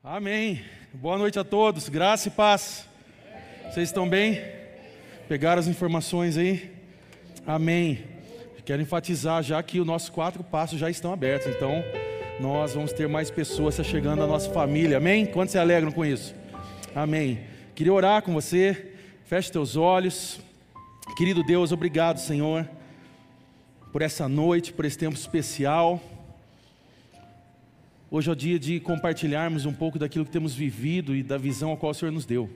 Amém. Boa noite a todos, graça e paz. Vocês estão bem? Pegaram as informações aí? Amém. Quero enfatizar já que os nossos 4 passos já estão abertos, então nós vamos ter mais pessoas se chegando à nossa família, amém? Quantos se alegram com isso? Amém. Queria orar com você, feche teus olhos. Querido Deus, obrigado, Senhor, por essa noite, por esse tempo especial. Hoje é o dia de compartilharmos um pouco daquilo que temos vivido e da visão a qual o Senhor nos deu.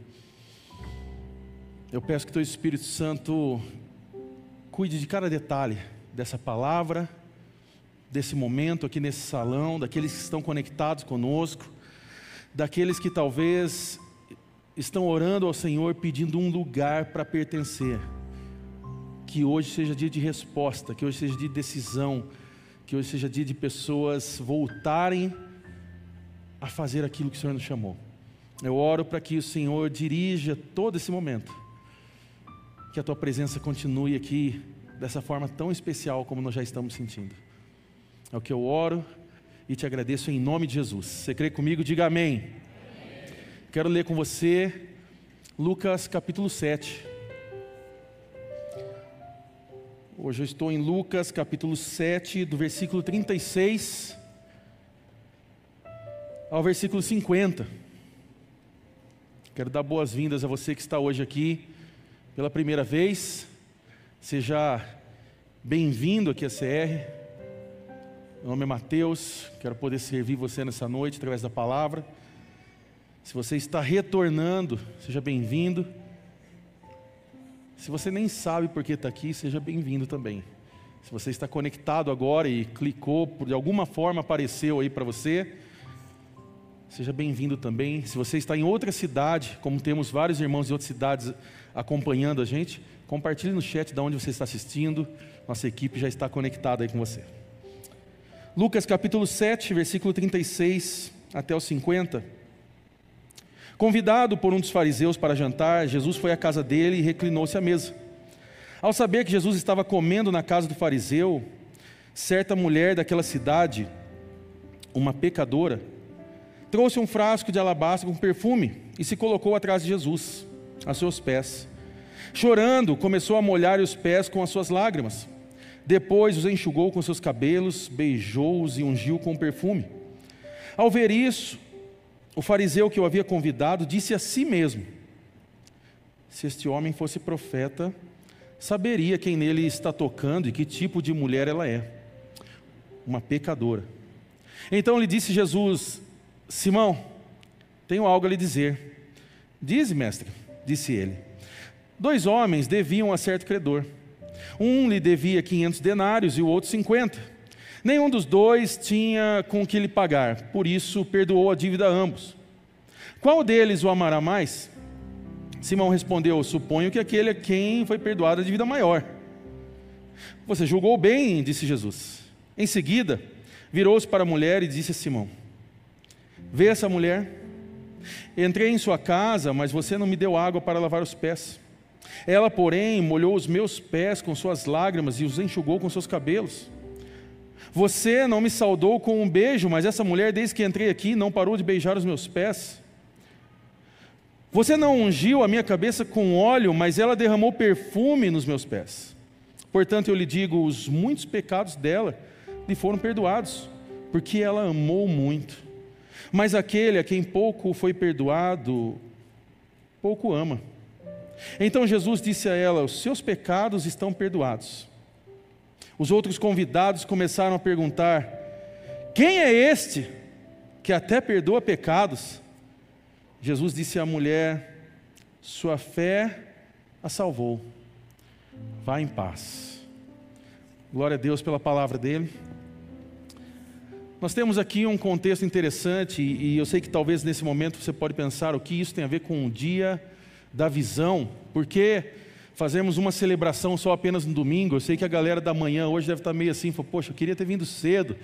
Eu peço que Teu Espírito Santo cuide de cada detalhe dessa palavra, desse momento aqui nesse salão, daqueles que estão conectados conosco, daqueles que talvez estão orando ao Senhor pedindo um lugar para pertencer. Que hoje seja dia de resposta, que hoje seja dia de decisão, que hoje seja dia de pessoas voltarem a fazer aquilo que o Senhor nos chamou. Eu oro para que o Senhor dirija todo esse momento, que a Tua presença continue aqui dessa forma tão especial como nós já estamos sentindo. É o que eu oro e Te agradeço em nome de Jesus. Você crê comigo? Diga amém. Amém. Quero ler com você Lucas capítulo 7. Hoje eu estou em Lucas capítulo 7, do versículo 36 ao versículo 50. Quero dar boas-vindas a você que está hoje aqui pela primeira vez. Seja bem-vindo aqui à CR. Meu nome é Mateus, quero poder servir você nessa noite através da palavra. Se você está retornando, seja bem-vindo. Se você nem sabe por que está aqui, seja bem-vindo também. Se você está conectado agora e clicou, de alguma forma apareceu aí para você, seja bem-vindo também. Se você está em outra cidade, como temos vários irmãos de outras cidades acompanhando a gente, compartilhe no chat de onde você está assistindo. Nossa equipe já está conectada aí com você. Lucas capítulo 7, versículo 36 até o 50. Convidado por um dos fariseus para jantar, Jesus foi à casa dele e reclinou-se à mesa. Ao saber que Jesus estava comendo na casa do fariseu, certa mulher daquela cidade, uma pecadora, trouxe um frasco de alabastro com perfume e se colocou atrás de Jesus, a seus pés. Chorando, começou a molhar os pés com as suas lágrimas. Depois os enxugou com seus cabelos, beijou-os e ungiu com perfume. Ao ver isso, o fariseu que o havia convidado disse a si mesmo: se este homem fosse profeta, saberia quem nele está tocando e que tipo de mulher ela é, uma pecadora. Então lhe disse Jesus: Simão, tenho algo a lhe dizer. Dize, mestre, disse ele. 2 homens deviam a certo credor. Um lhe devia 500 denários e o outro 50. Nenhum dos dois tinha com que lhe pagar, por isso perdoou a dívida a ambos. Qual deles o amará mais? Simão respondeu: suponho que aquele a quem foi perdoada a dívida maior. Você julgou bem, disse Jesus. Em seguida, virou-se para a mulher e disse a Simão: vê essa mulher? Entrei em sua casa, mas você não me deu água para lavar os pés. Ela, porém, molhou os meus pés com suas lágrimas e os enxugou com seus cabelos. Você não me saudou com um beijo, mas essa mulher, desde que entrei aqui, não parou de beijar os meus pés. Você não ungiu a minha cabeça com óleo, mas ela derramou perfume nos meus pés. Portanto, eu lhe digo, os muitos pecados dela lhe foram perdoados, porque ela amou muito. Mas aquele a quem pouco foi perdoado, pouco ama. Então Jesus disse a ela: os seus pecados estão perdoados. Os outros convidados começaram a perguntar: quem é este que até perdoa pecados? Jesus disse à mulher: sua fé a salvou. Vá em paz. Glória a Deus pela palavra dele. Nós temos aqui um contexto interessante e eu sei que talvez nesse momento você pode pensar o que isso tem a ver com o dia da visão. Por que fazemos uma celebração só apenas no domingo? Eu sei que a galera da manhã hoje deve estar meio assim, poxa, eu queria ter vindo cedo,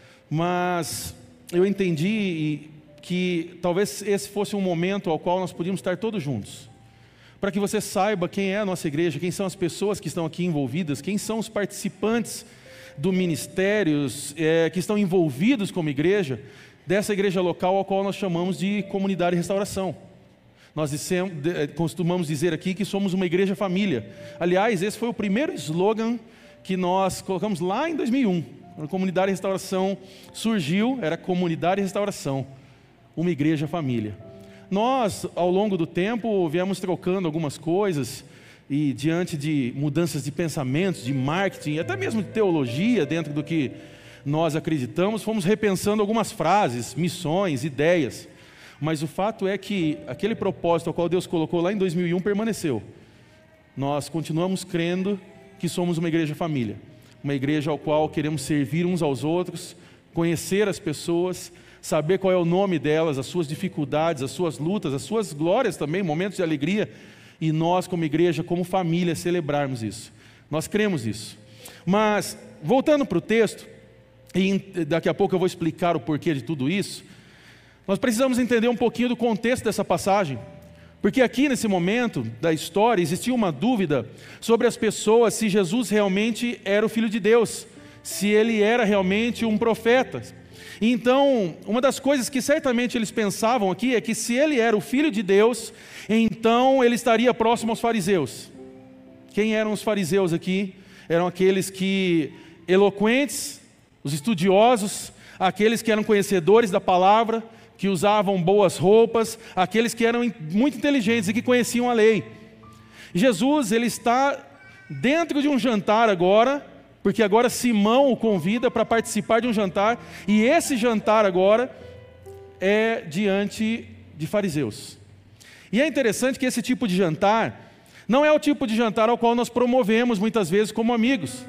mas eu entendi que talvez esse fosse um momento ao qual nós podíamos estar todos juntos, para que você saiba quem é a nossa igreja, quem são as pessoas que estão aqui envolvidas, quem são os participantes do ministério, que estão envolvidos como igreja, dessa igreja local, ao qual nós chamamos de Comunidade Restauração. Nós costumamos dizer aqui que somos uma igreja família. Aliás, esse foi o primeiro slogan que nós colocamos lá em 2001. Quando a Comunidade Restauração surgiu, era Comunidade Restauração, uma igreja família. Nós, ao longo do tempo, viemos trocando algumas coisas, e diante de mudanças de pensamentos, de marketing, até mesmo de teologia, dentro do que nós acreditamos, fomos repensando algumas frases, missões, ideias. Mas o fato é que aquele propósito ao qual Deus colocou lá em 2001 permaneceu. Nós continuamos crendo que somos uma igreja família, uma igreja ao qual queremos servir uns aos outros, conhecer as pessoas, saber qual é o nome delas, as suas dificuldades, as suas lutas, as suas glórias também, momentos de alegria, e nós como igreja, como família, celebrarmos isso. Nós cremos nisso. Mas, voltando para o texto, e daqui a pouco eu vou explicar o porquê de tudo isso, nós precisamos entender um pouquinho do contexto dessa passagem, porque aqui nesse momento da história existia uma dúvida sobre as pessoas, se Jesus realmente era o Filho de Deus, se ele era realmente um profeta. Então, uma das coisas que certamente eles pensavam aqui é que se ele era o Filho de Deus, então ele estaria próximo aos fariseus. Quem eram os fariseus aqui? Eram aqueles que, eloquentes, os estudiosos, aqueles que eram conhecedores da palavra, que usavam boas roupas, aqueles que eram muito inteligentes e que conheciam a lei. Jesus, ele está dentro de um jantar agora, porque agora Simão o convida para participar de um jantar, e esse jantar agora é diante de fariseus. E é interessante que esse tipo de jantar não é o tipo de jantar ao qual nós promovemos muitas vezes como amigos.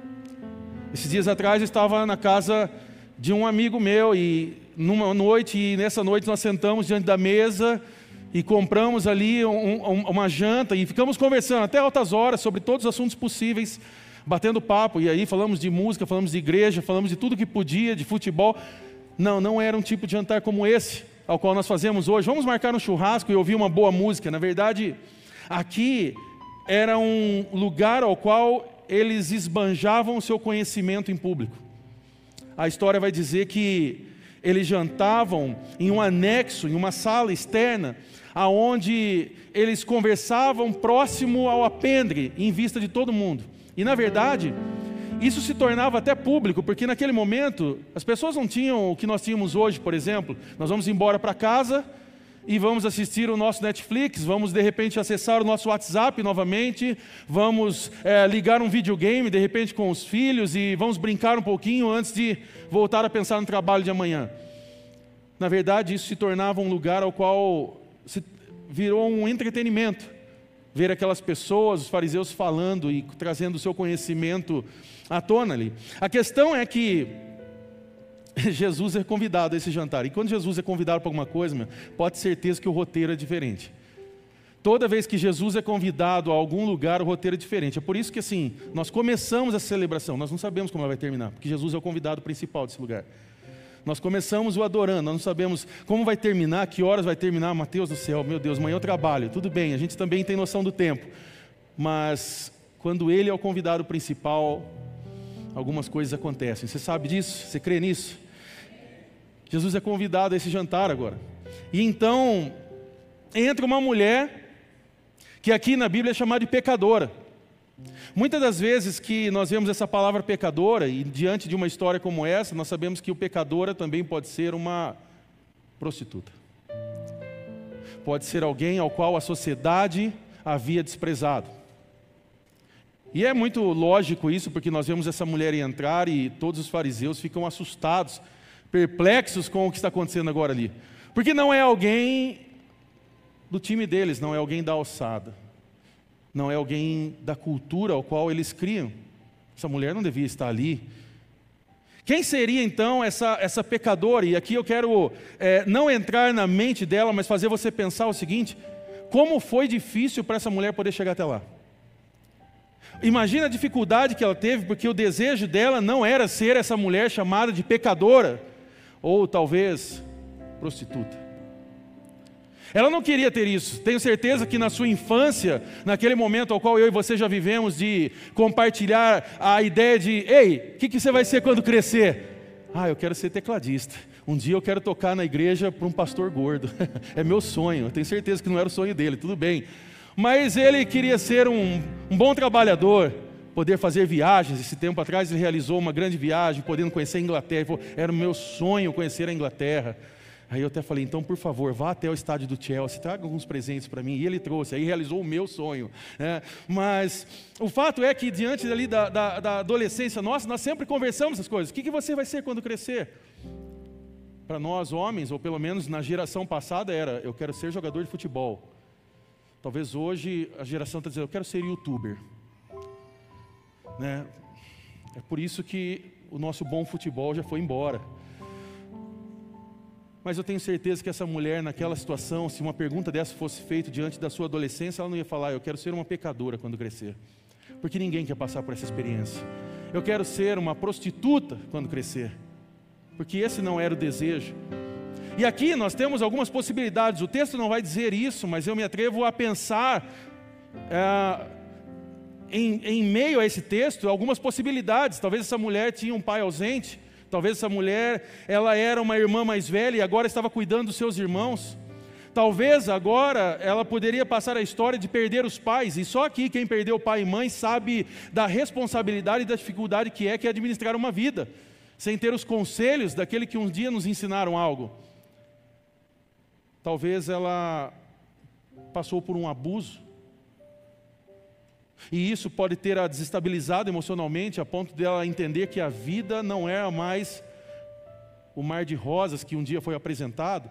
Esses dias atrás eu estava na casa de um amigo meu, e nessa noite nós sentamos diante da mesa e compramos ali uma janta e ficamos conversando até altas horas sobre todos os assuntos possíveis, batendo papo, e aí falamos de música, falamos de igreja, falamos de tudo que podia, de futebol. Não era um tipo de jantar como esse, ao qual nós fazemos hoje. Vamos marcar um churrasco e ouvir uma boa música. Na verdade, aqui era um lugar ao qual eles esbanjavam o seu conhecimento em público. A história vai dizer que eles jantavam em um anexo, em uma sala externa, aonde eles conversavam próximo ao alpendre, em vista de todo mundo. E na verdade, isso se tornava até público, porque naquele momento, as pessoas não tinham o que nós tínhamos hoje, por exemplo. Nós vamos embora para casa e vamos assistir o nosso Netflix, vamos de repente acessar o nosso WhatsApp novamente, vamos ligar um videogame de repente com os filhos e vamos brincar um pouquinho antes de voltar a pensar no trabalho de amanhã. Na verdade, isso se tornava um lugar ao qual virou um entretenimento. Ver aquelas pessoas, os fariseus falando e trazendo o seu conhecimento à tona ali. A questão é que Jesus é convidado a esse jantar. E quando Jesus é convidado para alguma coisa, pode ter certeza que o roteiro é diferente. Toda vez que Jesus é convidado a algum lugar, o roteiro é diferente. É por isso que assim, nós começamos essa celebração, nós não sabemos como ela vai terminar, porque Jesus é o convidado principal desse lugar. Nós começamos o adorando, nós não sabemos como vai terminar, que horas vai terminar. Mateus do céu, meu Deus, amanhã eu trabalho. Tudo bem, a gente também tem noção do tempo. Mas quando ele é o convidado principal, algumas coisas acontecem. Você sabe disso? Você crê nisso? Jesus é convidado a esse jantar agora. E então, entra uma mulher, que aqui na Bíblia é chamada de pecadora. Muitas das vezes que nós vemos essa palavra pecadora, e diante de uma história como essa, nós sabemos que o pecadora também pode ser uma prostituta. Pode ser alguém ao qual a sociedade havia desprezado. E é muito lógico isso, porque nós vemos essa mulher entrar e todos os fariseus ficam assustados, perplexos com o que está acontecendo agora ali. Porque não é alguém do time deles, não é alguém da alçada. Não é alguém da cultura ao qual eles criam. Essa mulher não devia estar ali. Quem seria então essa pecadora? E aqui eu quero não entrar na mente dela, mas fazer você pensar o seguinte: como foi difícil para essa mulher poder chegar até lá? Imagina a dificuldade que ela teve, porque o desejo dela não era ser essa mulher chamada de pecadora, ou talvez prostituta. Ela não queria ter isso. Tenho certeza que na sua infância, naquele momento ao qual eu e você já vivemos, de compartilhar a ideia de: ei, o que você vai ser quando crescer? Eu quero ser tecladista. Um dia eu quero tocar na igreja para um pastor gordo. É meu sonho. Eu tenho certeza que não era o sonho dele, tudo bem. Mas ele queria ser um bom trabalhador, poder fazer viagens. Esse tempo atrás ele realizou uma grande viagem, podendo conhecer a Inglaterra. Ele falou, era o meu sonho conhecer a Inglaterra. Aí eu até falei, então por favor, vá até o estádio do Chelsea, traga alguns presentes para mim. E ele trouxe, aí realizou o meu sonho, né? Mas o fato é que diante ali da adolescência nossa, nós sempre conversamos essas coisas. O que você vai ser quando crescer? Para nós homens, ou pelo menos na geração passada era, eu quero ser jogador de futebol. Talvez hoje a geração está dizendo, eu quero ser youtuber, né? É por isso que o nosso bom futebol já foi embora. Mas eu tenho certeza que essa mulher naquela situação, se uma pergunta dessa fosse feita diante da sua adolescência, ela não ia falar, eu quero ser uma pecadora quando crescer. Porque ninguém quer passar por essa experiência. Eu quero ser uma prostituta quando crescer. Porque esse não era o desejo. E aqui nós temos algumas possibilidades. O texto não vai dizer isso, mas eu me atrevo a pensar em meio a esse texto, algumas possibilidades. Talvez essa mulher tinha um pai ausente. Talvez essa mulher, ela era uma irmã mais velha e agora estava cuidando dos seus irmãos. Talvez agora ela poderia passar a história de perder os pais. E só aqui quem perdeu pai e mãe sabe da responsabilidade e da dificuldade que é administrar uma vida, sem ter os conselhos daquele que um dia nos ensinaram algo. Talvez ela passou por um abuso. E isso pode ter a desestabilizado emocionalmente, a ponto dela entender que a vida não é mais o mar de rosas que um dia foi apresentado.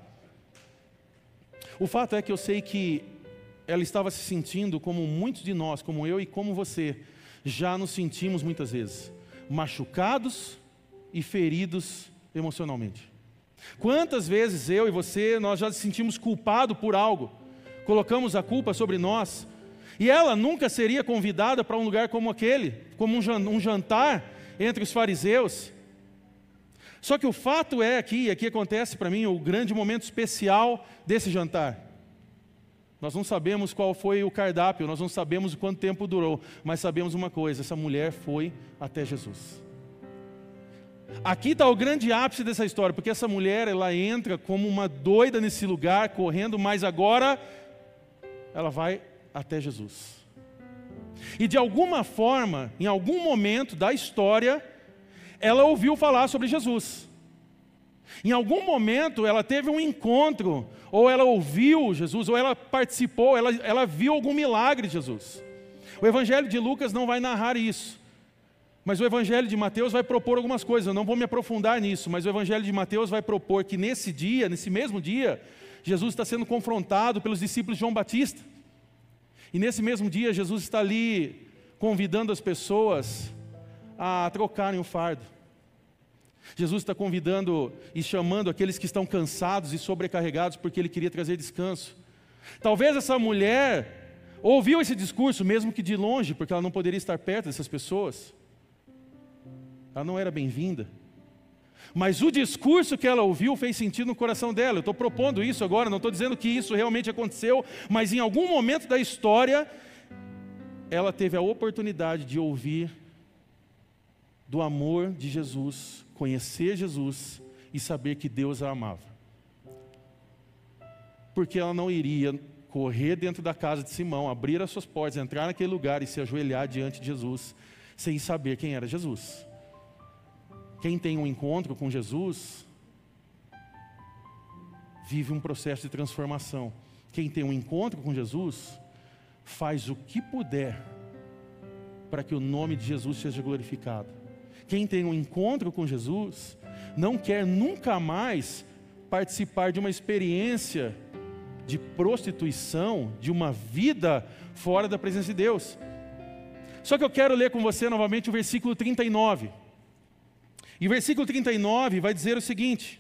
O fato é que eu sei que ela estava se sentindo como muitos de nós, como eu e como você, já nos sentimos muitas vezes, machucados e feridos emocionalmente. Quantas vezes eu e você, nós já nos sentimos culpados por algo, colocamos a culpa sobre nós. E ela nunca seria convidada para um lugar como aquele, como um jantar entre os fariseus. Só que o fato é aqui acontece para mim o grande momento especial desse jantar. Nós não sabemos qual foi o cardápio, nós não sabemos o quanto tempo durou, mas sabemos uma coisa, essa mulher foi até Jesus. Aqui está o grande ápice dessa história, porque essa mulher, ela entra como uma doida nesse lugar, correndo, mas agora ela vai até Jesus. E de alguma forma, em algum momento da história, ela ouviu falar sobre Jesus. Em algum momento ela teve um encontro, ou ela ouviu Jesus, ou ela participou, ela viu algum milagre de Jesus. O Evangelho de Lucas não vai narrar isso, mas o Evangelho de Mateus vai propor algumas coisas. Eu não vou me aprofundar nisso, mas o Evangelho de Mateus vai propor que nesse dia, nesse mesmo dia, Jesus está sendo confrontado pelos discípulos de João Batista. E nesse mesmo dia, Jesus está ali convidando as pessoas a trocarem o fardo. Jesus está convidando e chamando aqueles que estão cansados e sobrecarregados, porque Ele queria trazer descanso. Talvez essa mulher ouviu esse discurso, mesmo que de longe, porque ela não poderia estar perto dessas pessoas. Ela não era bem-vinda. Mas o discurso que ela ouviu fez sentido no coração dela. Eu estou propondo isso agora, não estou dizendo que isso realmente aconteceu, mas em algum momento da história, ela teve a oportunidade de ouvir do amor de Jesus, conhecer Jesus e saber que Deus a amava. Porque ela não iria correr dentro da casa de Simão, abrir as suas portas, entrar naquele lugar e se ajoelhar diante de Jesus, sem saber quem era Jesus. Quem tem um encontro com Jesus, vive um processo de transformação. Quem tem um encontro com Jesus, faz o que puder para que o nome de Jesus seja glorificado. Quem tem um encontro com Jesus, não quer nunca mais participar de uma experiência de prostituição, de uma vida fora da presença de Deus. Só que eu quero ler com você novamente o versículo 39. E o versículo 39 vai dizer o seguinte: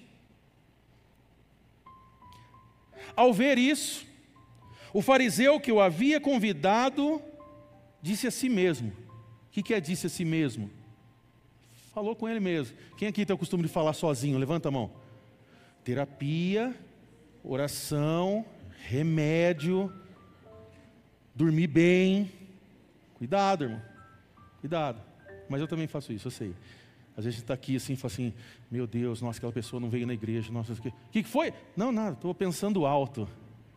ao ver isso, o fariseu que o havia convidado disse a si mesmo. O que é disse a si mesmo? Falou com ele mesmo. Quem aqui tem o costume de falar sozinho? Levanta a mão. Terapia, oração, remédio, dormir bem. Cuidado, irmão. Cuidado. Mas eu também faço isso, eu sei. Às vezes a gente está aqui assim e fala assim, meu Deus, nossa, aquela pessoa não veio na igreja, nossa, o que foi? Não, nada, estou pensando alto.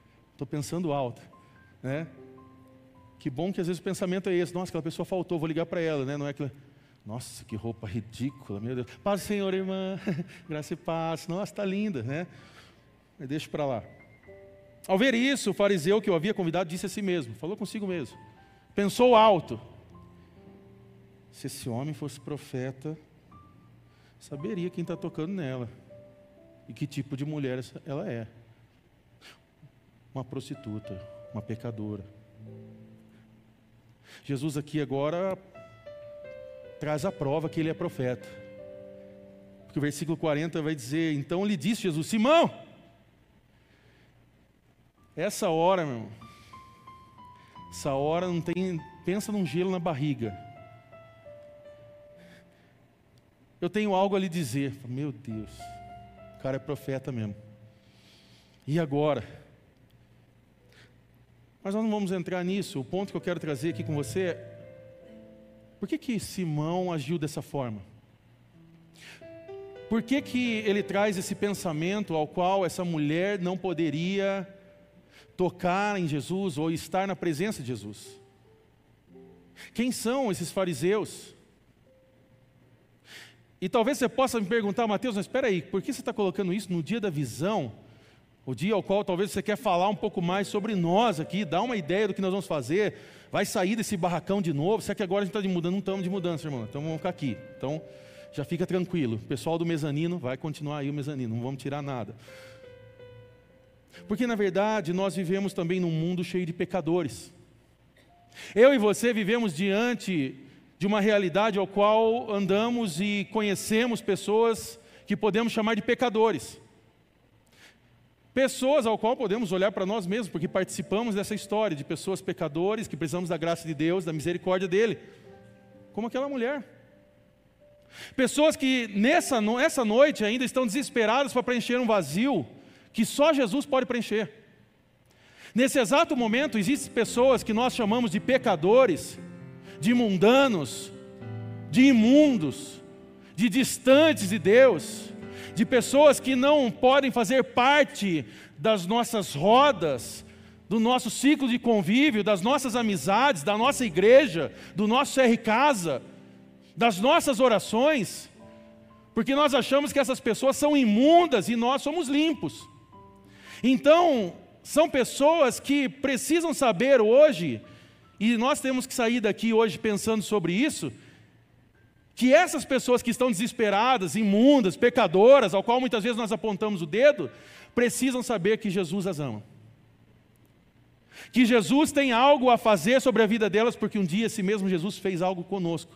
Né? Que bom que às vezes o pensamento é esse, nossa, aquela pessoa faltou, vou ligar para ela, né? Não é aquela, nossa, que roupa ridícula, meu Deus. Paz, Senhor, irmã, graça e paz, nossa, está linda, né? Mas deixa para lá. Ao ver isso, o fariseu que o havia convidado disse a si mesmo, falou consigo mesmo, pensou alto, se esse homem fosse profeta, saberia quem está tocando nela e que tipo de mulher ela é. Uma prostituta, uma pecadora. Jesus aqui agora traz a prova que ele é profeta. Porque o versículo 40 vai dizer, então lhe disse Jesus, Simão, essa hora, meu irmão, essa hora não tem, pensa num gelo na barriga. Eu tenho algo a lhe dizer. Meu Deus, o cara é profeta mesmo. E agora? Mas nós não vamos entrar nisso. O ponto que eu quero trazer aqui com você é, por que Simão agiu dessa forma? Por que ele traz esse pensamento ao qual essa mulher não poderia tocar em Jesus ou estar na presença de Jesus? Quem são esses fariseus? E talvez você possa me perguntar, Mateus, mas espera aí, por que você está colocando isso no dia da visão? O dia ao qual talvez você quer falar um pouco mais sobre nós aqui, dar uma ideia do que nós vamos fazer, vai sair desse barracão de novo, será que agora a gente está de mudança? Não estamos de mudança, irmão, então vamos ficar aqui. Então, já fica tranquilo, o pessoal do mezanino vai continuar aí o mezanino, não vamos tirar nada. Porque na verdade nós vivemos também num mundo cheio de pecadores. Eu e você vivemos diante de uma realidade ao qual andamos e conhecemos pessoas que podemos chamar de pecadores. Pessoas ao qual podemos olhar para nós mesmos, porque participamos dessa história de pessoas pecadores que precisamos da graça de Deus, da misericórdia dEle. Como aquela mulher. Pessoas que nessa noite ainda estão desesperadas para preencher um vazio que só Jesus pode preencher. Nesse exato momento existem pessoas que nós chamamos de pecadores, de mundanos, de imundos, de distantes de Deus, de pessoas que não podem fazer parte das nossas rodas, do nosso ciclo de convívio, das nossas amizades, da nossa igreja, do nosso CR Casa, das nossas orações, porque nós achamos que essas pessoas são imundas e nós somos limpos. Então, são pessoas que precisam saber hoje, e nós temos que sair daqui hoje pensando sobre isso, que essas pessoas que estão desesperadas, imundas, pecadoras, ao qual muitas vezes nós apontamos o dedo, precisam saber que Jesus as ama. Que Jesus tem algo a fazer sobre a vida delas, porque um dia esse mesmo Jesus fez algo conosco.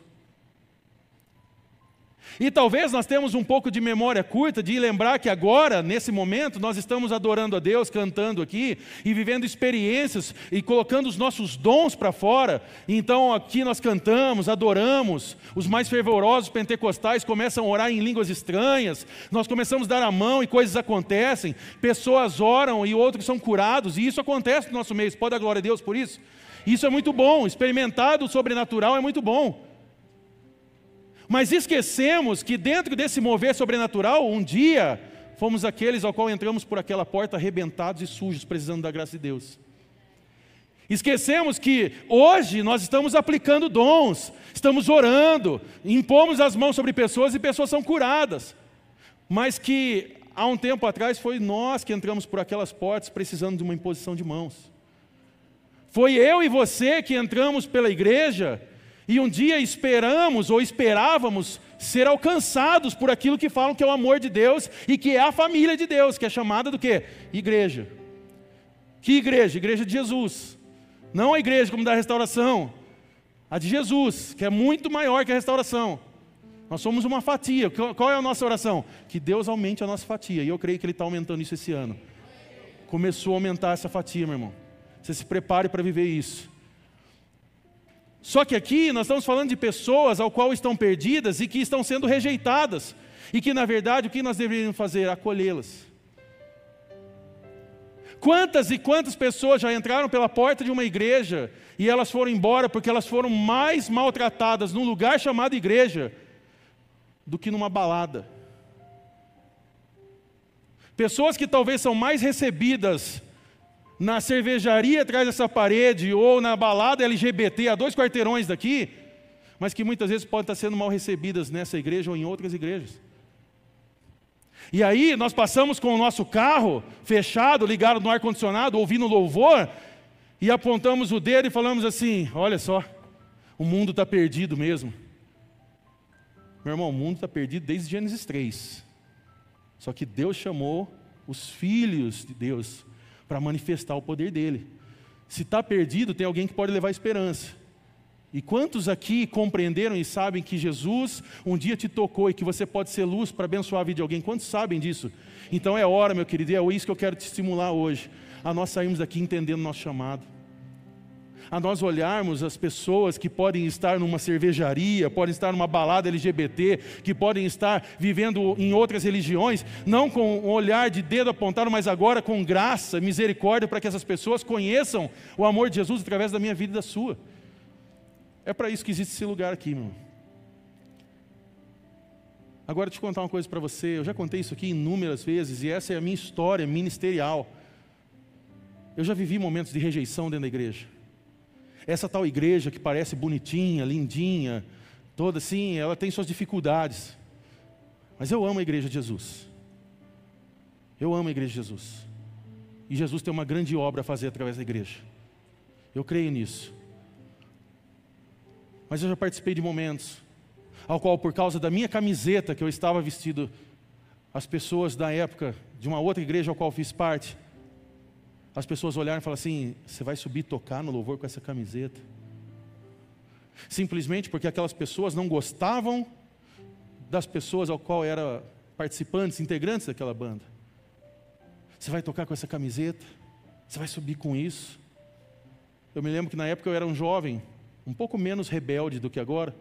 E talvez nós temos um pouco de memória curta de lembrar que agora, nesse momento, nós estamos adorando a Deus, cantando aqui e vivendo experiências e colocando os nossos dons para fora. Então aqui nós cantamos, adoramos, os mais fervorosos pentecostais começam a orar em línguas estranhas, nós começamos a dar a mão e coisas acontecem, pessoas oram e outros são curados, e isso acontece no nosso meio. Você pode dar glória a Deus por isso? Isso é muito bom, experimentar do sobrenatural é muito bom. Mas esquecemos que dentro desse mover sobrenatural, um dia, fomos aqueles ao qual entramos por aquela porta arrebentados e sujos, precisando da graça de Deus. Esquecemos que hoje nós estamos aplicando dons, estamos orando, impomos as mãos sobre pessoas e pessoas são curadas. Mas que há um tempo atrás foi nós que entramos por aquelas portas precisando de uma imposição de mãos. Foi eu e você que entramos pela igreja e um dia esperamos ou esperávamos ser alcançados por aquilo que falam que é o amor de Deus e que é a família de Deus, que é chamada do quê? Igreja. Que igreja? Igreja de Jesus. Não a igreja como da restauração, a de Jesus, que é muito maior que a restauração. Nós somos uma fatia. Qual é a nossa oração? Que Deus aumente a nossa fatia, e eu creio que Ele está aumentando isso esse ano. Começou a aumentar essa fatia, meu irmão. Você se prepare para viver isso. Só que aqui nós estamos falando de pessoas ao qual estão perdidas e que estão sendo rejeitadas. E que na verdade o que nós deveríamos fazer? Acolhê-las. Quantas e quantas pessoas já entraram pela porta de uma igreja e elas foram embora porque elas foram mais maltratadas num lugar chamado igreja do que numa balada. Pessoas que talvez são mais recebidas na cervejaria atrás dessa parede ou na balada LGBT a 2 quarteirões daqui, mas que muitas vezes podem estar sendo mal recebidas nessa igreja ou em outras igrejas. E aí nós passamos com o nosso carro fechado, ligado no ar-condicionado, ouvindo louvor, e apontamos o dedo e falamos assim: olha só, o mundo está perdido mesmo. Meu irmão, o mundo está perdido desde Gênesis 3. Só que Deus chamou os filhos de Deus para manifestar o poder dele. Se está perdido, tem alguém que pode levar esperança. E quantos aqui compreenderam e sabem que Jesus um dia te tocou e que você pode ser luz para abençoar a vida de alguém? Quantos sabem disso? Então é hora, meu querido, e é isso que eu quero te estimular hoje, a nós sairmos daqui entendendo o nosso chamado, a nós olharmos as pessoas que podem estar numa cervejaria, podem estar numa balada LGBT, que podem estar vivendo em outras religiões, não com um olhar de dedo apontado, mas agora com graça, misericórdia, para que essas pessoas conheçam o amor de Jesus através da minha vida e da sua. É para isso que existe esse lugar aqui, meu irmão. Agora deixa eu contar uma coisa para você. Eu já contei isso aqui inúmeras vezes, e essa é a minha história ministerial. Eu já vivi momentos de rejeição dentro da igreja. Essa tal igreja que parece bonitinha, lindinha, toda assim, ela tem suas dificuldades. Mas eu amo a igreja de Jesus. Eu amo a igreja de Jesus. E Jesus tem uma grande obra a fazer através da igreja. Eu creio nisso. Mas eu já participei de momentos ao qual, por causa da minha camiseta que eu estava vestido, as pessoas da época de uma outra igreja ao qual fiz parte, as pessoas olharam e falaram assim: você vai subir e tocar no louvor com essa camiseta? Simplesmente porque aquelas pessoas não gostavam das pessoas ao qual eram participantes, integrantes daquela banda. Você vai tocar com essa camiseta? Você vai subir com isso? Eu me lembro que na época eu era um jovem, um pouco menos rebelde do que agora.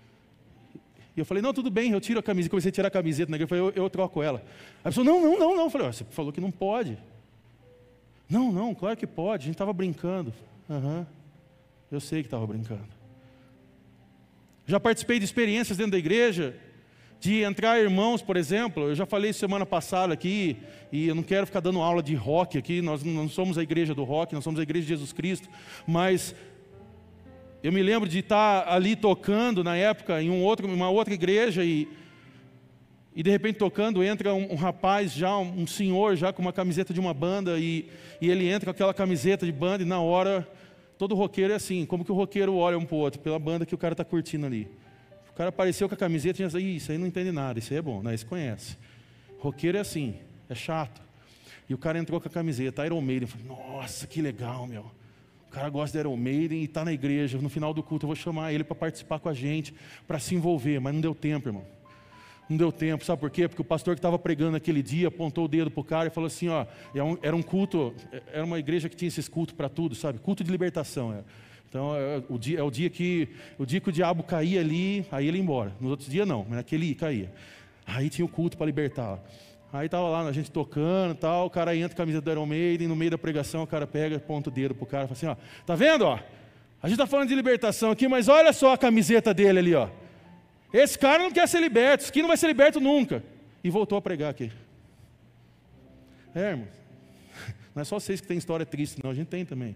E eu falei: não, tudo bem, eu tiro a camiseta. Comecei a tirar a camiseta na igreja, eu falei: eu troco ela. A pessoa: não. Eu falei: você falou que não pode. Não, claro que pode, a gente estava brincando. Eu sei que estava brincando. Já participei de experiências dentro da igreja, de entrar irmãos, por exemplo. Eu já falei semana passada aqui, e eu não quero ficar dando aula de rock aqui, nós não somos a igreja do rock, nós somos a igreja de Jesus Cristo, mas eu me lembro de estar ali tocando na época em uma outra igreja, e de repente tocando, entra um rapaz já, um senhor já com uma camiseta de uma banda, e ele entra com aquela camiseta de banda, e na hora, todo roqueiro é assim, como que o roqueiro olha um para o outro? Pela banda que o cara está curtindo ali. O cara apareceu com a camiseta e já disse: isso aí não entende nada, isso aí é bom, não, isso conhece. Roqueiro é assim, é chato. E o cara entrou com a camiseta, Iron Maiden. Eu falei: nossa, que legal, meu. O cara gosta de Iron Maiden e está na igreja. No final do culto eu vou chamar ele para participar com a gente, para se envolver. Mas não deu tempo, irmão. Não deu tempo, sabe por quê? Porque o pastor que estava pregando aquele dia apontou o dedo para o cara e falou assim: ó, era um culto, era uma igreja que tinha esses cultos para tudo, sabe? Culto de libertação. Então o dia que o diabo caía ali, aí ele ia embora. Nos outros dias não, mas naquele caía. Aí tinha o culto para libertar. Aí estava lá a gente tocando e tal, o cara entra com a camisa do Iron Maiden, no meio da pregação o cara pega, aponta o dedo para o cara e fala assim: ó, tá vendo, ó? A gente está falando de libertação aqui, mas olha só a camiseta dele ali, ó. Esse cara não quer ser liberto, esse aqui não vai ser liberto nunca. E voltou a pregar aqui. Irmão, não é só vocês que têm história triste, não, a gente tem também.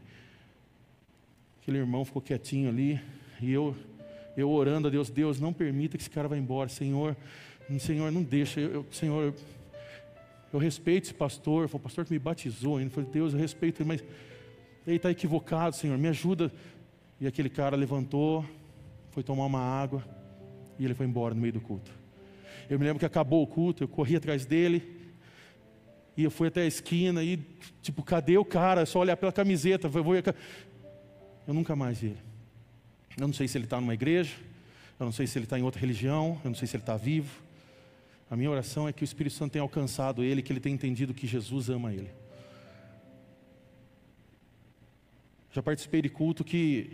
Aquele irmão ficou quietinho ali, e eu orando a Deus: Deus, não permita que esse cara vá embora, Senhor, não deixa, Senhor, eu respeito esse pastor, foi o pastor que me batizou, eu falei: Deus, eu respeito ele, mas ele está equivocado, Senhor, me ajuda. E aquele cara levantou, foi tomar uma água, e ele foi embora no meio do culto. Eu me lembro que acabou o culto, eu corri atrás dele, e eu fui até a esquina, e tipo, cadê o cara? É só olhar pela camiseta, eu nunca mais vi ele. Eu não sei se ele está numa igreja, eu não sei se ele está em outra religião, eu não sei se ele está vivo. A minha oração é que o Espírito Santo tenha alcançado ele, que ele tenha entendido que Jesus ama ele. Já participei de culto que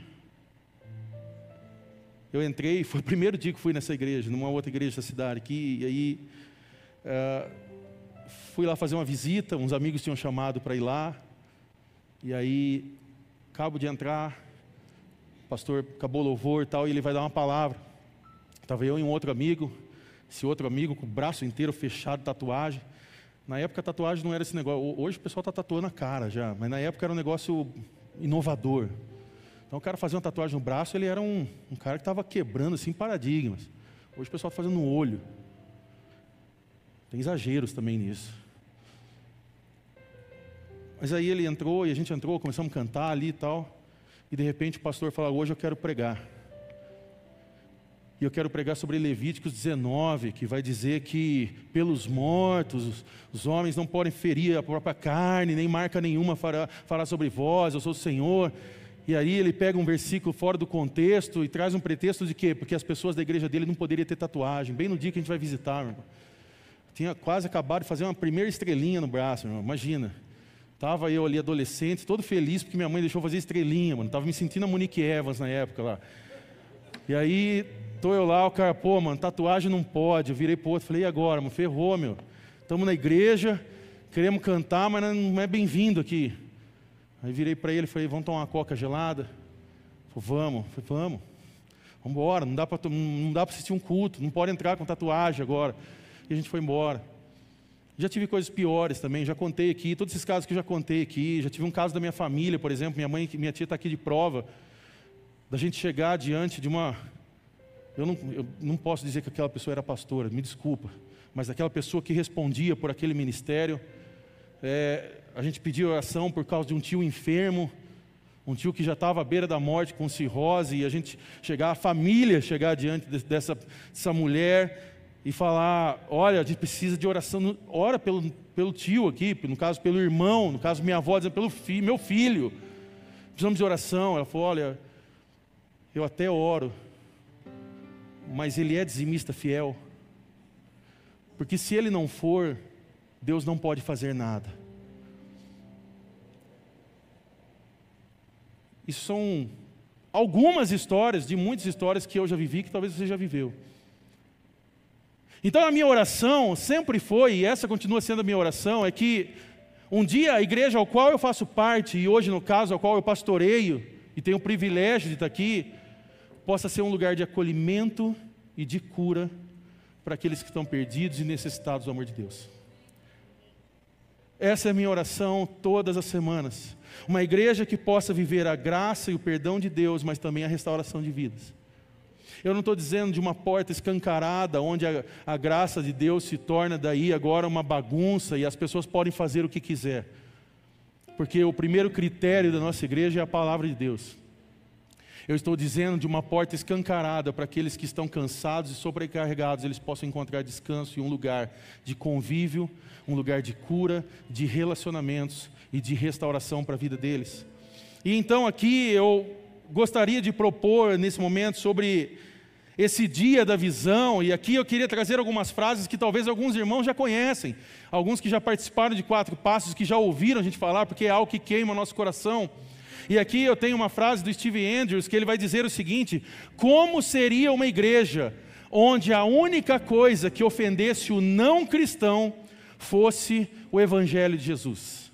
eu entrei, foi o primeiro dia que fui nessa igreja, numa outra igreja da cidade aqui, e aí fui lá fazer uma visita, uns amigos tinham chamado para ir lá, e aí acabo de entrar, o pastor acabou o louvor e tal, e ele vai dar uma palavra. Estava eu e um outro amigo, esse outro amigo com o braço inteiro fechado, tatuagem. Na época a tatuagem não era esse negócio, hoje o pessoal está tatuando a cara já, mas na época era um negócio inovador. Então o cara fazia uma tatuagem no braço, ele era um cara que estava quebrando assim, paradigmas. Hoje o pessoal está fazendo no olho. Tem exageros também nisso. Mas aí ele entrou, e a gente entrou, começamos a cantar ali e tal, e de repente o pastor fala, hoje eu quero pregar. E eu quero pregar sobre Levíticos 19, que vai dizer que pelos mortos, os homens não podem ferir a própria carne, nem marca nenhuma fará sobre vós, eu sou o Senhor. E aí ele pega um versículo fora do contexto e traz um pretexto de quê? Porque as pessoas da igreja dele não poderiam ter tatuagem, bem no dia que a gente vai visitar, meu irmão. Tinha quase acabado de fazer uma primeira estrelinha no braço, meu irmão, imagina. Estava eu ali adolescente, todo feliz porque minha mãe deixou fazer estrelinha, mano. Estava me sentindo a Monique Evans na época lá. E aí, estou eu lá, o cara, pô, mano, tatuagem não pode. Eu virei pro outro, falei, e agora, mano? Ferrou, meu. Estamos na igreja, queremos cantar, mas não é bem-vindo aqui. Aí virei para ele e falei, vamos tomar uma coca gelada? Falei, vamos. Falei, vamos embora, não dá para assistir um culto, não pode entrar com tatuagem agora. E a gente foi embora. Já tive coisas piores também, já contei aqui, todos esses casos que eu já contei aqui. Já tive um caso da minha família, por exemplo, minha tia está aqui de prova, da gente chegar diante de uma... Eu não posso dizer que aquela pessoa era pastora, me desculpa, mas aquela pessoa que respondia por aquele ministério, a gente pediu oração por causa de um tio enfermo, um tio que já estava à beira da morte com cirrose, e a família chegar diante dessa mulher e falar, olha, a gente precisa de oração, ora pelo tio aqui, no caso pelo irmão, no caso minha avó dizendo pelo meu filho, precisamos de oração. Ela falou, olha, eu até oro, mas ele é dizimista fiel, porque se ele não for, Deus não pode fazer nada. Isso são algumas histórias, de muitas histórias que eu já vivi, que talvez você já viveu. Então a minha oração sempre foi, e essa continua sendo a minha oração, é que um dia a igreja ao qual eu faço parte, e hoje no caso ao qual eu pastoreio, e tenho o privilégio de estar aqui, possa ser um lugar de acolhimento e de cura para aqueles que estão perdidos e necessitados do amor de Deus. Essa é a minha oração todas as semanas. Uma igreja que possa viver a graça e o perdão de Deus, mas também a restauração de vidas. Eu não estou dizendo de uma porta escancarada, onde a graça de Deus se torna daí agora uma bagunça e as pessoas podem fazer o que quiser. Porque o primeiro critério da nossa igreja é a palavra de Deus. Eu estou dizendo de uma porta escancarada para aqueles que estão cansados e sobrecarregados, eles possam encontrar descanso em um lugar de convívio, um lugar de cura, de relacionamentos e de restauração para a vida deles. E então aqui eu gostaria de propor nesse momento sobre esse dia da visão, e aqui eu queria trazer algumas frases que talvez alguns irmãos já conhecem, alguns que já participaram de 4 Passos, que já ouviram a gente falar, porque é algo que queima o nosso coração. E aqui eu tenho uma frase do Steve Andrews, que ele vai dizer o seguinte: como seria uma igreja onde a única coisa que ofendesse o não cristão fosse o Evangelho de Jesus?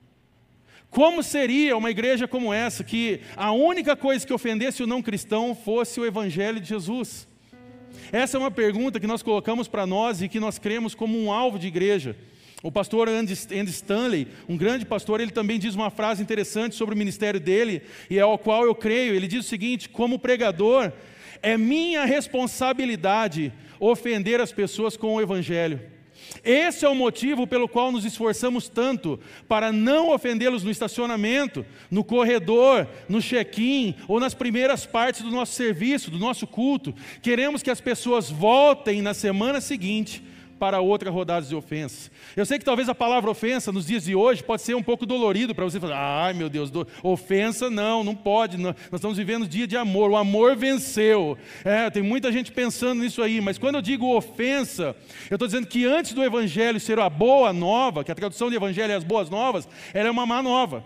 Como seria uma igreja como essa, que a única coisa que ofendesse o não cristão fosse o Evangelho de Jesus? Essa é uma pergunta que nós colocamos para nós e que nós cremos como um alvo de igreja. O pastor Andy Stanley, um grande pastor, ele também diz uma frase interessante sobre o ministério dele, e é ao qual eu creio. Ele diz o seguinte: como pregador, é minha responsabilidade ofender as pessoas com o Evangelho. Esse é o motivo pelo qual nos esforçamos tanto para não ofendê-los no estacionamento, no corredor, no check-in ou nas primeiras partes do nosso serviço, do nosso culto. Queremos que as pessoas voltem na semana seguinte para outra rodada de ofensas. Eu sei que talvez a palavra ofensa nos dias de hoje pode ser um pouco dolorido para você falar: ai meu Deus, ofensa não pode, nós estamos vivendo dia de amor, o amor venceu. Tem muita gente pensando nisso aí, mas quando eu digo ofensa, eu estou dizendo que antes do Evangelho ser a boa nova, que a tradução de Evangelho é as boas novas, ela é uma má nova.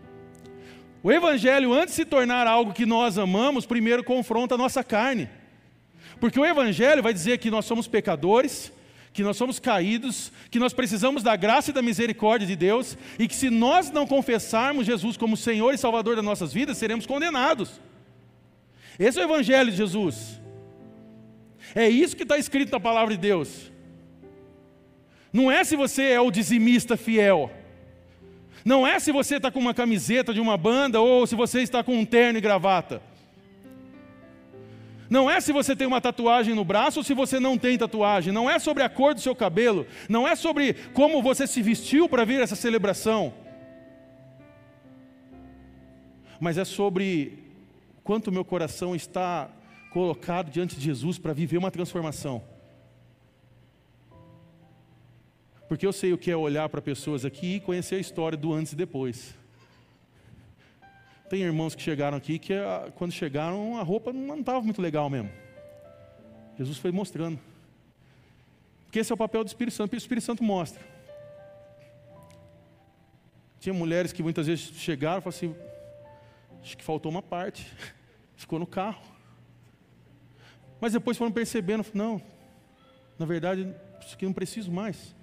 O Evangelho, antes de se tornar algo que nós amamos, primeiro confronta a nossa carne, porque o Evangelho vai dizer que nós somos pecadores, que nós somos caídos, que nós precisamos da graça e da misericórdia de Deus, e que se nós não confessarmos Jesus como Senhor e Salvador das nossas vidas, seremos condenados. Esse é o Evangelho de Jesus. É isso que está escrito na palavra de Deus. Não é se você é o dizimista fiel. Não é se você está com uma camiseta de uma banda ou se você está com um terno e gravata. Não é se você tem uma tatuagem no braço ou se você não tem tatuagem. Não é sobre a cor do seu cabelo. Não é sobre como você se vestiu para vir a essa celebração. Mas é sobre quanto meu coração está colocado diante de Jesus para viver uma transformação. Porque eu sei o que é olhar para pessoas aqui e conhecer a história do antes e depois. Tem irmãos que chegaram aqui que quando chegaram a roupa não estava muito legal mesmo. Jesus foi mostrando. Porque esse é o papel do Espírito Santo, o Espírito Santo mostra. Tinha mulheres que muitas vezes chegaram e falaram assim, acho que faltou uma parte, ficou no carro. Mas depois foram percebendo, não, na verdade, isso aqui não preciso mais.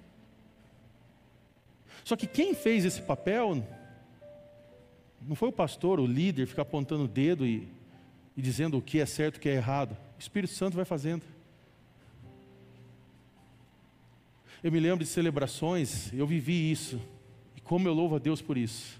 Só que quem fez esse papel não foi o pastor, o líder, ficar apontando o dedo e dizendo o que é certo e o que é errado. O Espírito Santo vai fazendo. Eu me lembro de celebrações, eu vivi isso. E como eu louvo a Deus por isso.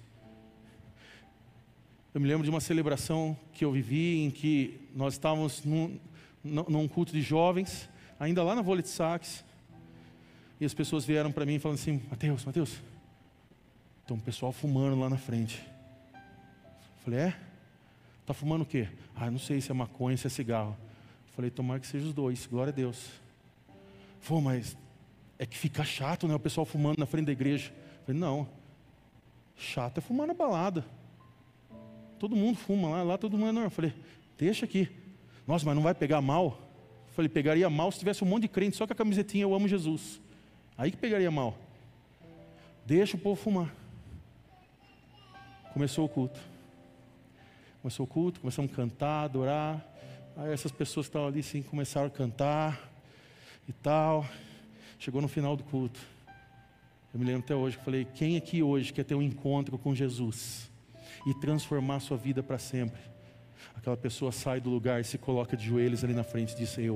Eu me lembro de uma celebração que eu vivi em que nós estávamos num culto de jovens, ainda lá na Vôlei de Saques. E as pessoas vieram para mim falando assim, Mateus, tem um pessoal fumando lá na frente. Falei, Está fumando o quê? Não sei se é maconha, se é cigarro. Falei, tomara que seja os dois, glória a Deus. Falei, mas é que fica chato, né? O pessoal fumando na frente da igreja. Falei, não, chato é fumar na balada. Todo mundo fuma lá todo mundo é normal. Falei, deixa aqui. Nossa, mas não vai pegar mal? Falei, pegaria mal se tivesse um monte de crente só com a camisetinha, eu amo Jesus. Aí que pegaria mal. Deixa o povo fumar. Começou o culto, começamos a cantar, adorar. Aí essas pessoas que estavam ali sim, começaram a cantar e tal. Chegou no final do culto. Eu me lembro até hoje que eu falei, quem aqui hoje quer ter um encontro com Jesus e transformar a sua vida para sempre? Aquela pessoa sai do lugar e se coloca de joelhos ali na frente e diz, eu.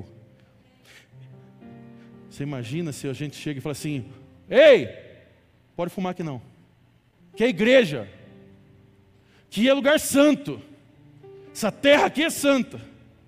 Você imagina se a gente chega e fala assim, ei, pode fumar aqui não. Que é igreja. Que é lugar santo. Essa terra aqui é santa.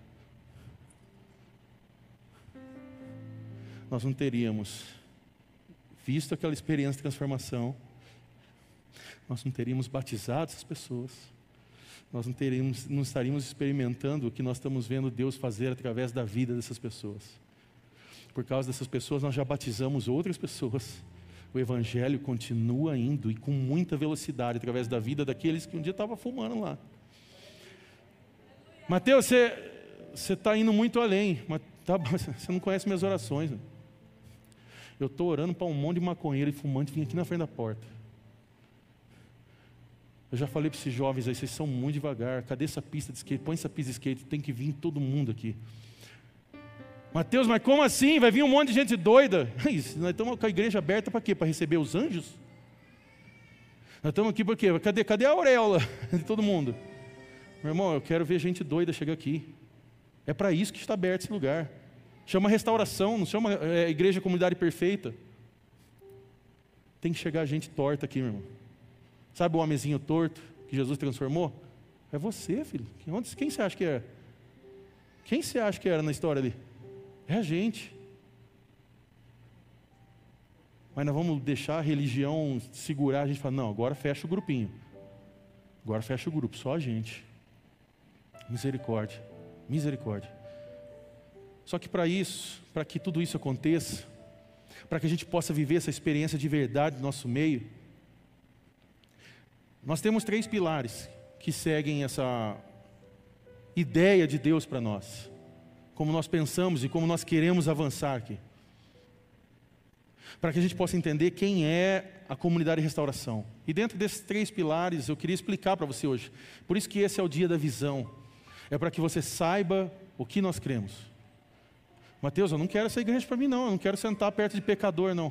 Nós não teríamos visto aquela experiência de transformação. Nós não teríamos batizado essas pessoas. Nós não estaríamos experimentando o que nós estamos vendo Deus fazer através da vida dessas pessoas. Por causa dessas pessoas, nós já batizamos outras pessoas. O Evangelho continua indo e com muita velocidade através da vida daqueles que um dia estavam fumando lá. Mateus, você está indo muito além. Mas você não conhece minhas orações. Né? Eu estou orando para um monte de maconheiro e fumante vir aqui na frente da porta. Eu já falei para esses jovens aí, vocês são muito devagar. Cadê essa pista de skate? Põe essa pista de skate, tem que vir todo mundo aqui. Mateus, mas como assim? Vai vir um monte de gente doida. Nós estamos com a igreja aberta para quê? Para receber os anjos? Nós estamos aqui para quê? Cadê a auréola de todo mundo? Meu irmão, eu quero ver gente doida chegar aqui. É para isso que está aberto esse lugar. Chama restauração, não chama igreja comunidade perfeita. Tem que chegar gente torta aqui, meu irmão. Sabe o homenzinho torto que Jesus transformou? É você, filho. Quem você acha que era? Quem você acha que era na história ali? É a gente. Mas nós vamos deixar a religião segurar, a gente fala, não, agora fecha o grupinho. Agora fecha o grupo, só a gente. Misericórdia, misericórdia. Só que para que tudo isso aconteça, para que a gente possa viver essa experiência de verdade no nosso meio, nós temos 3 pilares que seguem essa ideia de Deus para nós. Como nós pensamos e como nós queremos avançar aqui. Para que a gente possa entender quem é a comunidade de restauração. E dentro desses 3 pilares, eu queria explicar para você hoje. Por isso que esse é o dia da visão. É para que você saiba o que nós cremos. Mateus, eu não quero essa igreja para mim não. Eu não quero sentar perto de pecador não.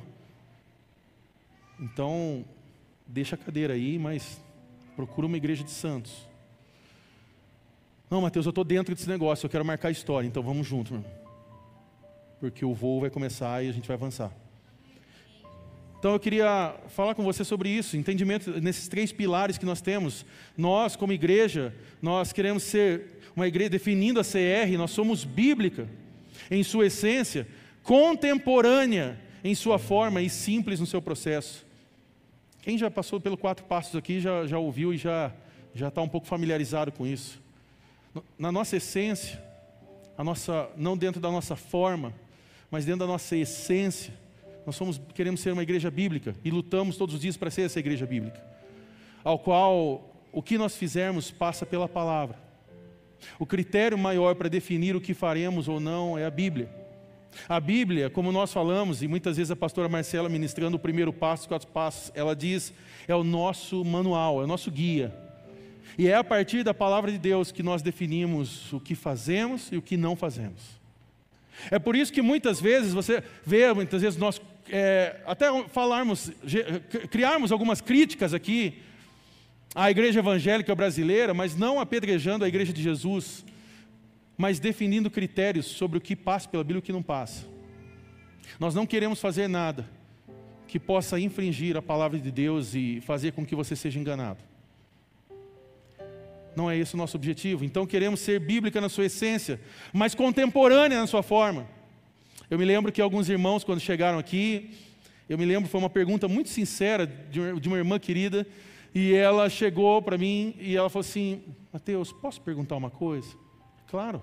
Então, deixa a cadeira aí, mas procura uma igreja de santos. Não, Mateus, eu estou dentro desse negócio, eu quero marcar a história, então vamos juntos, meu irmão. porque o voo vai começar e a gente vai avançar. Então eu queria falar com você sobre isso, entendimento nesses 3 pilares que nós temos. Nós, como igreja, nós queremos ser uma igreja, definindo a CR, nós somos bíblica em sua essência, contemporânea em sua forma e simples no seu processo. Quem já passou pelos 4 passos aqui já ouviu e já está um pouco familiarizado com isso. Na nossa essência, não dentro da nossa forma, mas dentro da nossa essência, nós queremos ser uma igreja bíblica e lutamos todos os dias para ser essa igreja bíblica, ao qual o que nós fizermos passa pela palavra. O critério maior para definir o que faremos ou não é a Bíblia. A Bíblia, como nós falamos, e muitas vezes a pastora Marcela ministrando o primeiro passo, os 4 passos, ela diz, é o nosso manual, é o nosso guia. E é a partir da palavra de Deus que nós definimos o que fazemos e o que não fazemos. É por isso que muitas vezes você vê, muitas vezes nós até criarmos algumas críticas aqui à igreja evangélica brasileira, mas não apedrejando a igreja de Jesus, mas definindo critérios sobre o que passa pela Bíblia e o que não passa. Nós não queremos fazer nada que possa infringir a palavra de Deus e fazer com que você seja enganado. Não é esse o nosso objetivo. Então queremos ser bíblica na sua essência, mas contemporânea na sua forma. Eu me lembro que alguns irmãos, quando chegaram aqui, foi uma pergunta muito sincera de uma irmã querida, e ela chegou para mim e ela falou assim, Mateus, posso perguntar uma coisa? Claro.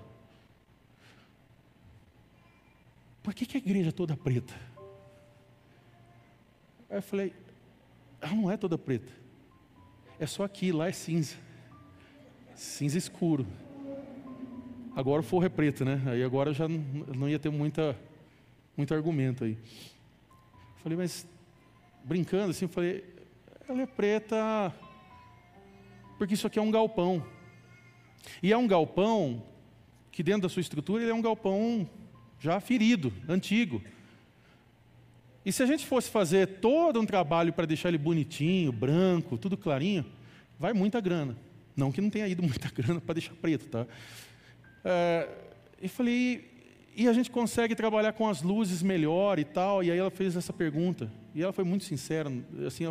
Por que a igreja é toda preta? Aí eu falei, ela não é toda preta. É só aqui, lá é cinza. Cinza escuro. Agora o forro é preto, né? Aí agora já não ia ter muito argumento aí. Falei, mas brincando assim, falei, ela é preta porque isso aqui é um galpão. E é um galpão que dentro da sua estrutura ele é um galpão já ferido, antigo. E se a gente fosse fazer todo um trabalho para deixar ele bonitinho, branco, tudo clarinho, vai muita grana. Não que não tenha ido muita grana para deixar preto, tá? E falei, e a gente consegue trabalhar com as luzes melhor e tal? E aí ela fez essa pergunta, e ela foi muito sincera, assim,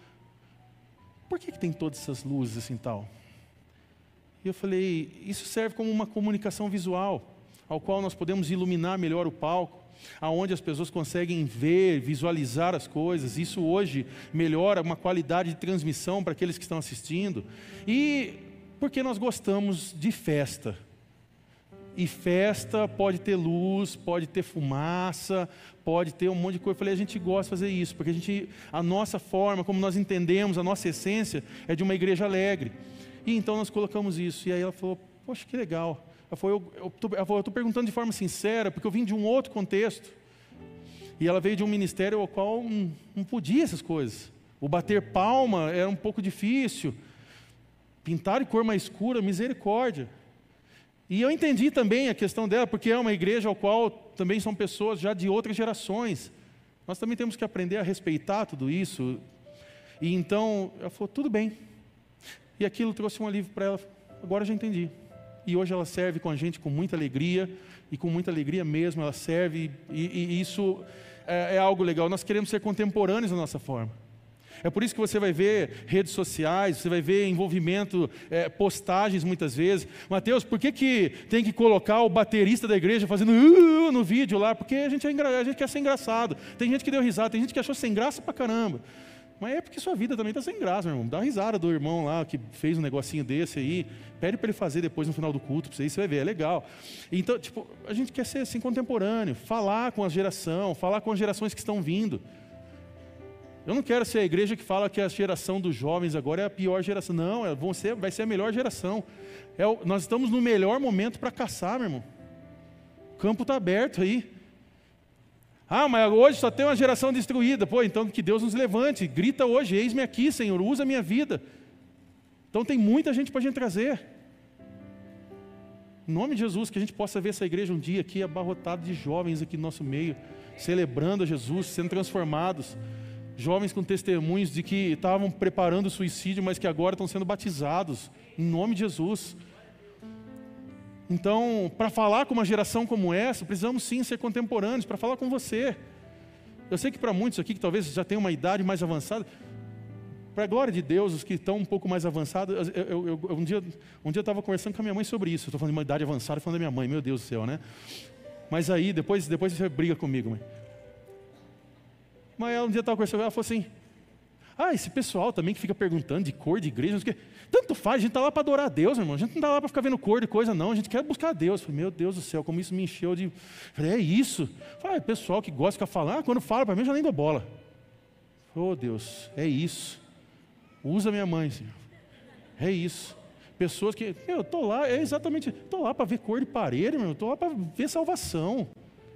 por que tem todas essas luzes assim tal? E eu falei, isso serve como uma comunicação visual, ao qual nós podemos iluminar melhor o palco, aonde as pessoas conseguem ver, visualizar as coisas. Isso hoje melhora uma qualidade de transmissão para aqueles que estão assistindo. E porque nós gostamos de festa. E festa pode ter luz, pode ter fumaça, pode ter um monte de coisa. Eu falei, a gente gosta de fazer isso, porque a nossa forma, como nós entendemos, a nossa essência é de uma igreja alegre. E então nós colocamos isso. E aí ela falou, poxa, que legal. Ela falou, eu estou perguntando de forma sincera, porque eu vim de um outro contexto. E ela veio de um ministério ao qual não podia essas coisas. O bater palma era um pouco difícil. Pintar de cor mais escura, misericórdia. E eu entendi também a questão dela, porque é uma igreja ao qual também são pessoas já de outras gerações. Nós também temos que aprender a respeitar tudo isso. E então, ela falou, tudo bem. E aquilo trouxe um alívio para ela. Agora eu já entendi. E hoje ela serve com a gente com muita alegria, e com muita alegria mesmo ela serve, e isso é algo legal. Nós queremos ser contemporâneos na nossa forma. É por isso que você vai ver redes sociais, você vai ver envolvimento, postagens muitas vezes. Mateus, por que tem que colocar o baterista da igreja fazendo no vídeo lá? Porque a gente quer ser engraçado. Tem gente que deu risada, tem gente que achou sem graça pra caramba. Mas é porque sua vida também está sem graça, meu irmão. Dá uma risada do irmão lá que fez um negocinho desse aí. Pede para ele fazer depois no final do culto, para você vai ver, é legal. Então, a gente quer ser assim contemporâneo, falar com a geração, falar com as gerações que estão vindo. Eu não quero ser a igreja que fala que a geração dos jovens agora é a pior geração. Não, vai ser a melhor geração. Nós estamos no melhor momento para caçar, meu irmão. O campo está aberto aí. Ah, mas hoje só tem uma geração destruída. Pô, então que Deus nos levante. Grita hoje, eis-me aqui, Senhor, usa a minha vida. Então tem muita gente para a gente trazer. Em nome de Jesus, que a gente possa ver essa igreja um dia aqui abarrotada de jovens aqui no nosso meio, celebrando a Jesus, sendo transformados. Jovens com testemunhos de que estavam preparando o suicídio, mas que agora estão sendo batizados. Em nome de Jesus. Então, para falar com uma geração como essa, precisamos sim ser contemporâneos, para falar com você. Eu sei que para muitos aqui que talvez já tenham uma idade mais avançada, para a glória de Deus, os que estão um pouco mais avançados, um dia eu estava conversando com a minha mãe sobre isso. Eu estou falando de uma idade avançada, falando da minha mãe, meu Deus do céu, né? Mas aí, depois você briga comigo, mãe. Mas ela, um dia eu estava conversando, ela falou assim, esse pessoal também que fica perguntando de cor de igreja, não sei o quê. Tanto faz, a gente está lá para adorar a Deus, meu irmão. A gente não está lá para ficar vendo cor de coisa, não. A gente quer buscar a Deus. Eu falei, meu Deus do céu, como isso me encheu de... Eu falei, é isso? Eu falei, pessoal que gosta de ficar falando, quando fala para mim, eu já nem dou bola. Oh, Deus, é isso. Usa minha mãe, Senhor. É isso. Pessoas que... eu estou lá, estou lá para ver cor de parede, meu. Estou lá para ver salvação.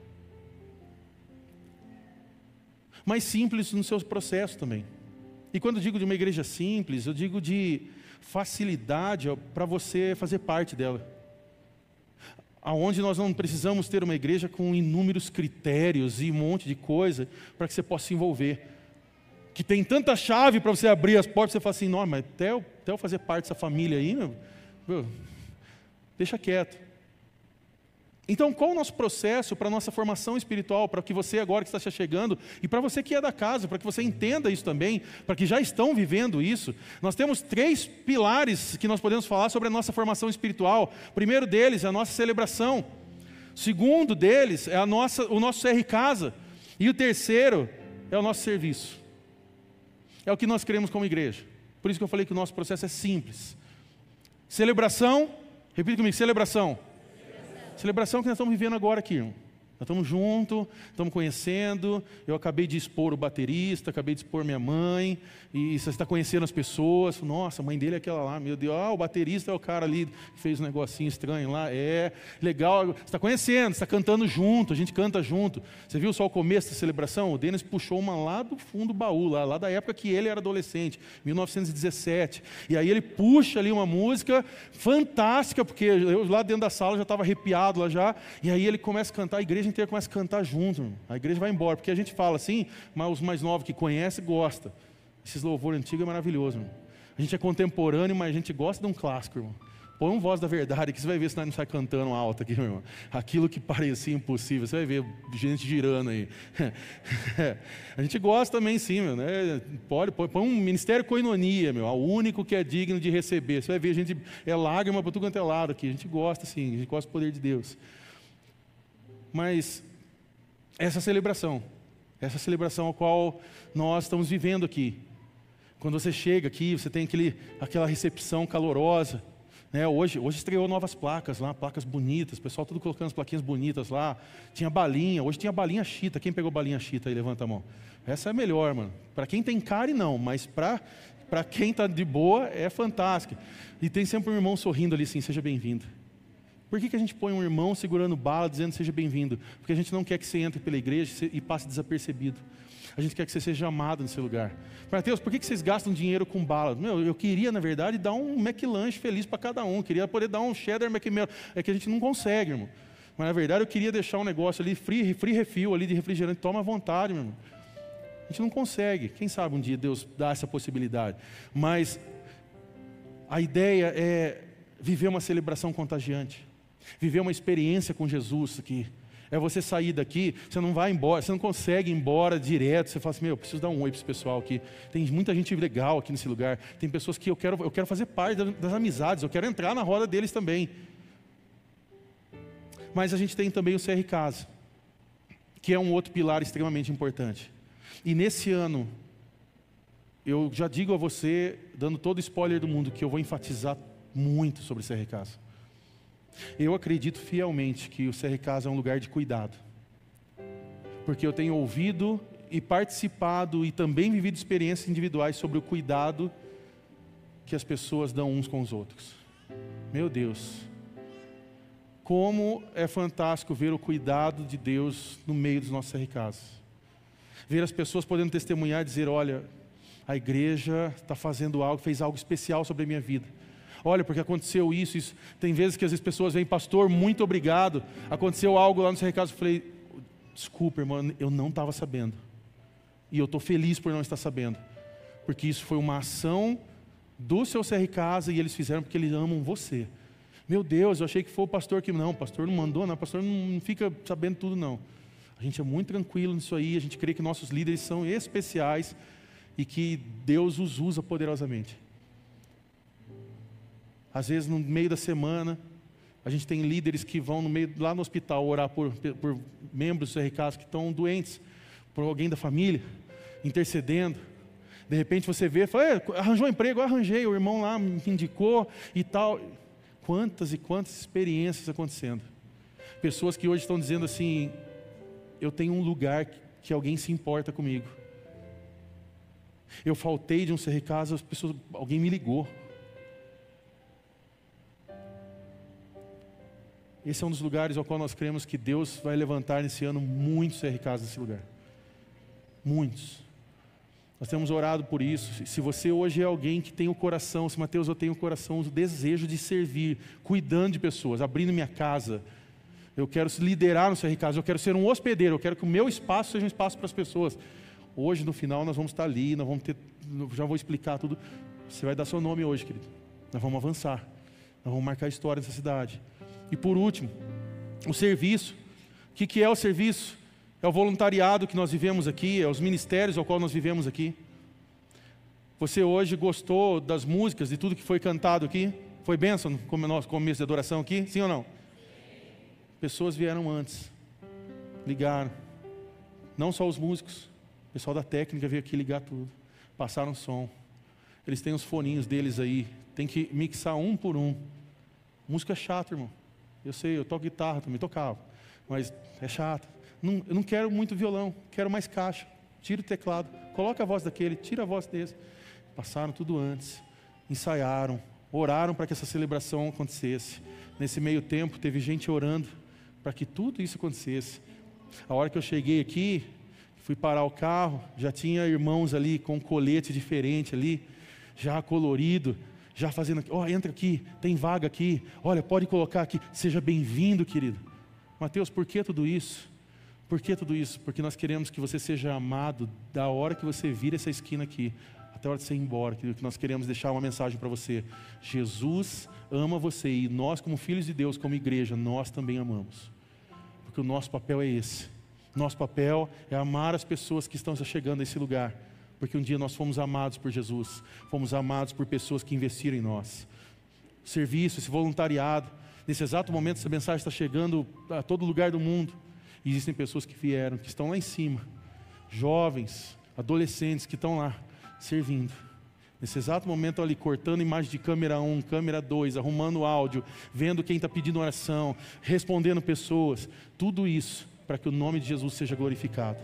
Mas simples no seu processo também. E quando eu digo de uma igreja simples, eu digo de facilidade para você fazer parte dela. Aonde nós não precisamos ter uma igreja com inúmeros critérios e um monte de coisa para que você possa se envolver. Que tem tanta chave para você abrir as portas, você fala assim, não, mas até eu fazer parte dessa família aí, meu, deixa quieto. Então, qual o nosso processo para a nossa formação espiritual, para que você agora que está se chegando, e para você que é da casa, para que você entenda isso também, para que já estão vivendo isso, nós temos 3 pilares que nós podemos falar sobre a nossa formação espiritual. O primeiro deles é a nossa celebração. O segundo deles é o nosso CR Casa. E o terceiro é o nosso serviço. É o que nós queremos como igreja. Por isso que eu falei que o nosso processo é simples. Celebração, repita comigo, celebração. Celebração que nós estamos vivendo agora aqui, irmão. Nós estamos juntos, estamos conhecendo. Eu acabei de expor o baterista, acabei de expor minha mãe. E você está conhecendo as pessoas. Nossa, a mãe dele é aquela lá, meu Deus. O baterista é o cara ali que fez um negocinho estranho lá. É, legal. Você está conhecendo, você está cantando junto, a gente canta junto. Você viu só o começo da celebração? O Denis puxou uma lá do fundo do baú, lá da época que ele era adolescente, 1917. E aí ele puxa ali uma música fantástica, porque eu lá dentro da sala já estava arrepiado lá já. E aí ele começa a cantar, a igreja inteira começa a cantar junto, irmão. A igreja vai embora, porque a gente fala assim, mas os mais novos que conhecem, gostam. Esses louvores antigos é maravilhoso, irmão. A gente é contemporâneo, mas a gente gosta de um clássico, irmão. Põe um Voz da Verdade, que você vai ver se nós não sai cantando alto aqui, meu irmão. Aquilo que parecia impossível, você vai ver gente girando aí. A gente gosta também sim, meu, né? Põe um Ministério Coinonia, meu, o único que é digno de receber. Você vai ver, a gente é lágrima para tudo quanto é lado aqui. A gente gosta sim, a gente gosta do poder de Deus. Mas essa celebração a qual nós estamos vivendo aqui. Quando você chega aqui, você tem aquela recepção calorosa. Né? Hoje estreou novas placas lá, placas bonitas, o pessoal tudo colocando as plaquinhas bonitas lá. Tinha balinha, hoje tinha balinha chita. Quem pegou balinha chita aí, levanta a mão. Essa é a melhor, mano. Para quem tem cárie não, mas para quem está de boa é fantástica. E tem sempre um irmão sorrindo ali assim, seja bem-vindo. Por que a gente põe um irmão segurando bala, dizendo seja bem-vindo? Porque a gente não quer que você entre pela igreja e passe desapercebido. A gente quer que você seja amado nesse lugar. Mateus, por que vocês gastam dinheiro com bala? Eu queria, na verdade, dar um McLanche feliz para cada um. Queria poder dar um cheddar McMelt. É que a gente não consegue, irmão. Mas, na verdade, eu queria deixar um negócio ali, free refill ali de refrigerante. Toma à vontade, meu irmão. A gente não consegue. Quem sabe um dia Deus dá essa possibilidade. Mas a ideia é viver uma celebração contagiante. Viver uma experiência com Jesus aqui. É você sair daqui, você não vai embora, você não consegue ir embora direto. Você fala assim, eu preciso dar um oi para esse pessoal aqui. Tem muita gente legal aqui nesse lugar. Tem pessoas que eu quero fazer parte das amizades. Eu quero entrar na roda deles também. Mas a gente tem também o CR Casa, que é um outro pilar extremamente importante. E nesse ano, eu já digo a você, dando todo o spoiler do mundo, que eu vou enfatizar muito sobre o CR Casa. Eu acredito fielmente que o CR Casa é um lugar de cuidado. Porque eu tenho ouvido e participado e também vivido experiências individuais sobre o cuidado que as pessoas dão uns com os outros. Meu Deus, como é fantástico ver o cuidado de Deus no meio dos nossos CR Casas. Ver as pessoas podendo testemunhar e dizer, olha, a igreja está fazendo algo, fez algo especial sobre a minha vida. Olha, porque aconteceu isso. Tem vezes que as pessoas vêm, pastor, muito obrigado. Aconteceu algo lá no CR Casa. Eu falei, desculpa, irmão, eu não estava sabendo. E eu estou feliz por não estar sabendo. Porque isso foi uma ação do seu CR Casa e eles fizeram porque eles amam você. Meu Deus, eu achei que foi o pastor que... Não, o pastor não mandou, não, o pastor não fica sabendo tudo, não. A gente é muito tranquilo nisso aí, a gente crê que nossos líderes são especiais e que Deus os usa poderosamente. Às vezes, no meio da semana, a gente tem líderes que vão lá no hospital orar por membros do CRK que estão doentes, por alguém da família, intercedendo. De repente você vê, fala, arranjou um emprego? Eu arranjei, o irmão lá me indicou e tal. Quantas e quantas experiências acontecendo. Pessoas que hoje estão dizendo assim, eu tenho um lugar que alguém se importa comigo. Eu faltei de um CRK, alguém me ligou. Esse é um dos lugares ao qual nós cremos que Deus vai levantar nesse ano muitos CRKs nesse lugar. Muitos. Nós temos orado por isso. Se você hoje é alguém que tem o coração, se Mateus, eu tenho o coração, o desejo de servir, cuidando de pessoas, abrindo minha casa, eu quero liderar no CRK, eu quero ser um hospedeiro, eu quero que o meu espaço seja um espaço para as pessoas. Hoje, no final, nós vamos estar ali, nós vamos ter, já vou explicar tudo. Você vai dar seu nome hoje, querido. Nós vamos avançar, nós vamos marcar a história dessa cidade. E por último, o serviço. O que é o serviço? É o voluntariado que nós vivemos aqui, é os ministérios ao qual nós vivemos aqui. Você hoje gostou das músicas, de tudo que foi cantado aqui? Foi bênção no nosso começo de adoração aqui? Sim ou não? Pessoas vieram antes, ligaram. Não só os músicos, o pessoal da técnica veio aqui ligar tudo. Passaram som. Eles têm os foninhos deles aí, tem que mixar um por um. Música é chato, irmão. Eu sei, eu toco guitarra, também tocava, mas é chato. Eu não quero muito violão, quero mais caixa. Tira o teclado, coloca a voz daquele, tira a voz desse. Passaram tudo antes, ensaiaram, oraram para que essa celebração acontecesse. Nesse meio tempo, teve gente orando para que tudo isso acontecesse. A hora que eu cheguei aqui, fui parar o carro, já tinha irmãos ali com um colete diferente ali, já colorido, já fazendo, entra aqui, tem vaga aqui, olha, pode colocar aqui, seja bem-vindo, querido. Mateus, por que tudo isso? Por que tudo isso? Porque nós queremos que você seja amado da hora que você vira essa esquina aqui, até a hora de você ir embora, querido, que nós queremos deixar uma mensagem para você. Jesus ama você e nós, como filhos de Deus, como igreja, nós também amamos. Porque o nosso papel é esse. Nosso papel é amar as pessoas que estão chegando a esse lugar. Porque um dia nós fomos amados por Jesus, fomos amados por pessoas que investiram em nós. O serviço, esse voluntariado, nesse exato momento essa mensagem está chegando a todo lugar do mundo. E existem pessoas que vieram, que estão lá em cima, jovens, adolescentes que estão lá, servindo. Nesse exato momento ali, cortando imagem de câmera 1, câmera 2, arrumando áudio, vendo quem está pedindo oração, respondendo pessoas. Tudo isso para que o nome de Jesus seja glorificado.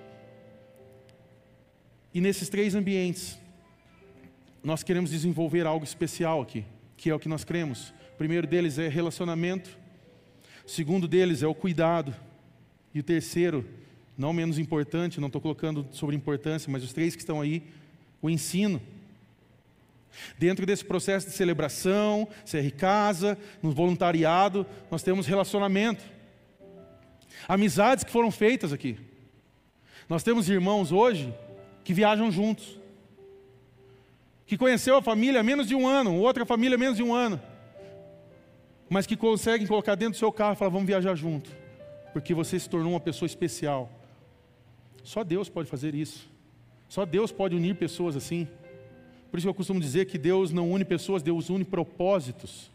E nesses 3 ambientes, nós queremos desenvolver algo especial aqui, que é o que nós cremos. O primeiro deles é relacionamento, o segundo deles é o cuidado, e o terceiro, não menos importante, não estou colocando sobre importância, mas os 3 que estão aí, o ensino. Dentro desse processo de celebração, CRCasa, no voluntariado, nós temos relacionamento. Amizades que foram feitas aqui. Nós temos irmãos hoje que viajam juntos, que conheceu a família há menos de um ano, outra família há menos de um ano, mas que conseguem colocar dentro do seu carro e falar, vamos viajar junto, porque você se tornou uma pessoa especial. Só Deus pode fazer isso. Só Deus pode unir pessoas assim. Por isso que eu costumo dizer que Deus não une pessoas, Deus une propósitos.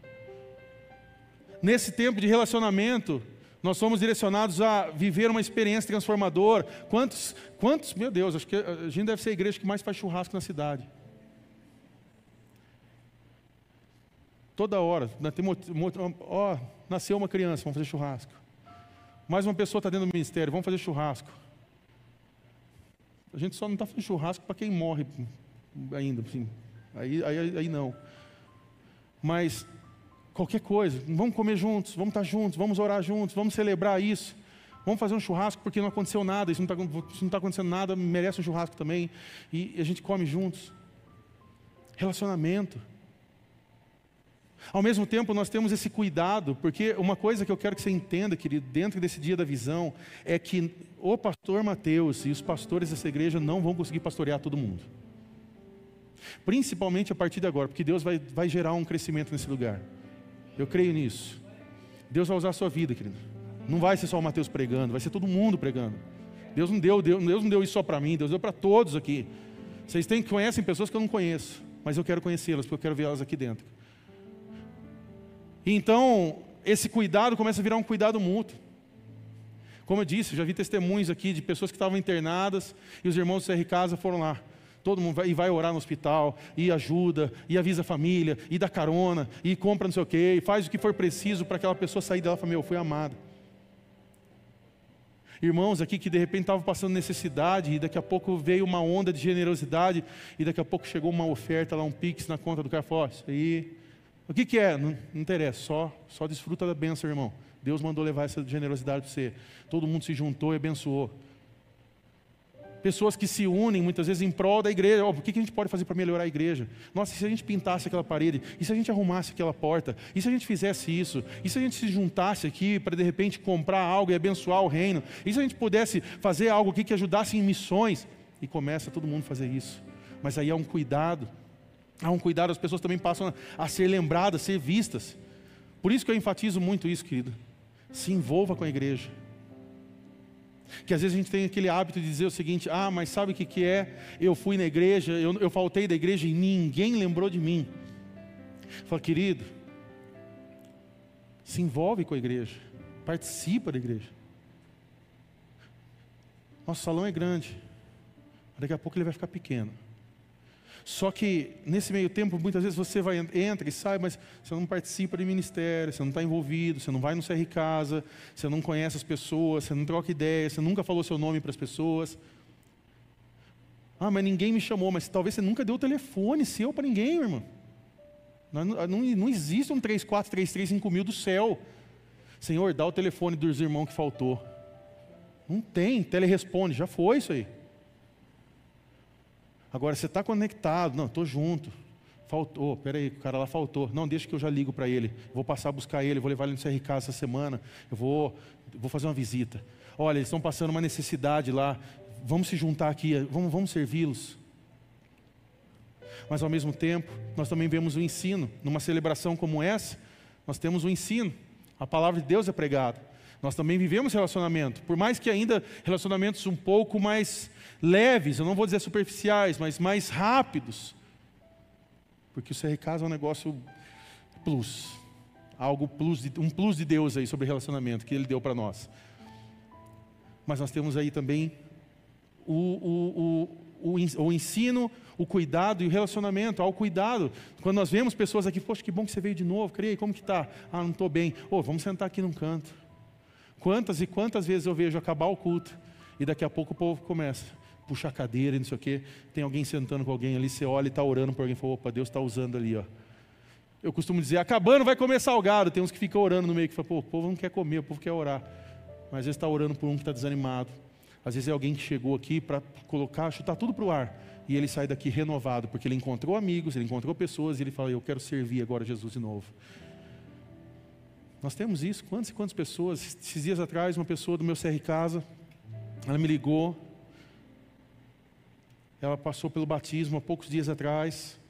Nesse tempo de relacionamento, nós somos direcionados a viver uma experiência transformadora. Quantos, meu Deus, acho que a gente deve ser a igreja que mais faz churrasco na cidade. Toda hora, nasceu uma criança, vamos fazer churrasco. Mais uma pessoa está dentro do ministério, vamos fazer churrasco. A gente só não está fazendo churrasco para quem morre ainda, assim. Aí não. Mas qualquer coisa, vamos comer juntos, vamos estar juntos, vamos orar juntos, vamos celebrar isso. Vamos fazer um churrasco porque não aconteceu nada, isso não está acontecendo nada, merece um churrasco também. E a gente come juntos. Relacionamento. Ao mesmo tempo, nós temos esse cuidado, porque uma coisa que eu quero que você entenda, querido, dentro desse dia da visão, é que o pastor Mateus e os pastores dessa igreja não vão conseguir pastorear todo mundo. Principalmente a partir de agora, porque Deus vai gerar um crescimento nesse lugar. Eu creio nisso. Deus vai usar a sua vida, querido. Não vai ser só o Mateus pregando, vai ser todo mundo pregando. Deus não deu isso só para mim, Deus deu para todos aqui. Vocês conhecem pessoas que eu não conheço, mas eu quero conhecê-las, porque eu quero ver elas aqui dentro. Então, esse cuidado começa a virar um cuidado mútuo. Como eu disse, eu já vi testemunhos aqui de pessoas que estavam internadas e os irmãos do CR Casa foram lá. Todo mundo vai orar no hospital, e ajuda, e avisa a família, e dá carona, e compra não sei o quê, e faz o que for preciso para aquela pessoa sair dela e falar, eu fui amado. Irmãos aqui que de repente estavam passando necessidade, e daqui a pouco veio uma onda de generosidade, e daqui a pouco chegou uma oferta lá, um pix na conta do cara, falou, isso aí, o que é? Não interessa, só desfruta da bênção, irmão. Deus mandou levar essa generosidade para você. Todo mundo se juntou e abençoou. Pessoas que se unem muitas vezes em prol da igreja. O que a gente pode fazer para melhorar a igreja? Nossa, e se a gente pintasse aquela parede? E se a gente arrumasse aquela porta? E se a gente fizesse isso? E se a gente se juntasse aqui para de repente comprar algo e abençoar o reino? E se a gente pudesse fazer algo aqui que ajudasse em missões? E começa todo mundo a fazer isso. Mas aí há um cuidado. As pessoas também passam a ser lembradas, a ser vistas. Por isso que eu enfatizo muito isso, querido. Se envolva com a igreja. Que às vezes a gente tem aquele hábito de dizer o seguinte, mas sabe o que é? Eu fui na igreja, eu faltei da igreja e ninguém lembrou de mim. Fala, querido, se envolve com a igreja, participa da igreja. Nosso salão é grande, daqui a pouco ele vai ficar pequeno. Só que nesse meio tempo, muitas vezes você entra e sai, mas você não participa de ministério, você não está envolvido, você não vai no CR Casa, você não conhece as pessoas, você não troca ideia, você nunca falou seu nome para as pessoas. Mas ninguém me chamou, mas talvez você nunca deu o telefone seu para ninguém, irmão. Não existe um 34335000 do céu. Senhor, dá o telefone dos irmãos que faltou. Não tem, teleresponde, já foi isso aí. Agora, você está conectado, não, estou junto, faltou, peraí, o cara lá faltou, não, deixa que eu já ligo para ele, vou passar a buscar ele, vou levar ele no CRK essa semana, eu vou fazer uma visita, olha, eles estão passando uma necessidade lá, vamos se juntar aqui, vamos servi-los. Mas ao mesmo tempo, nós também vemos o ensino, numa celebração como essa, nós temos o ensino, a palavra de Deus é pregada. Nós também vivemos relacionamento, por mais que ainda relacionamentos um pouco mais leves, eu não vou dizer superficiais, mas mais rápidos. Porque o CR Casa é um negócio plus, um plus de Deus aí sobre relacionamento que Ele deu para nós. Mas nós temos aí também o ensino, o cuidado e o relacionamento, ao cuidado. Quando nós vemos pessoas aqui, poxa, que bom que você veio de novo, creio, como que está? Não estou bem. Vamos sentar aqui num canto. Quantas e quantas vezes eu vejo acabar o culto e daqui a pouco o povo começa a puxar a cadeira e não sei o quê, tem alguém sentando com alguém ali, você olha e está orando por alguém, fala, opa, Deus está usando ali, ó. Eu costumo dizer, acabando vai comer salgado, tem uns que ficam orando no meio, que falam, o povo não quer comer, o povo quer orar, mas às vezes está orando por um que está desanimado, às vezes é alguém que chegou aqui para chutar tudo para o ar, e ele sai daqui renovado, porque ele encontrou amigos, ele encontrou pessoas, e ele fala, eu quero servir agora Jesus de novo. Nós temos isso, quantas e quantas pessoas. Esses dias atrás, uma pessoa do meu CR Casa, ela me ligou, ela passou pelo batismo há poucos dias atrás,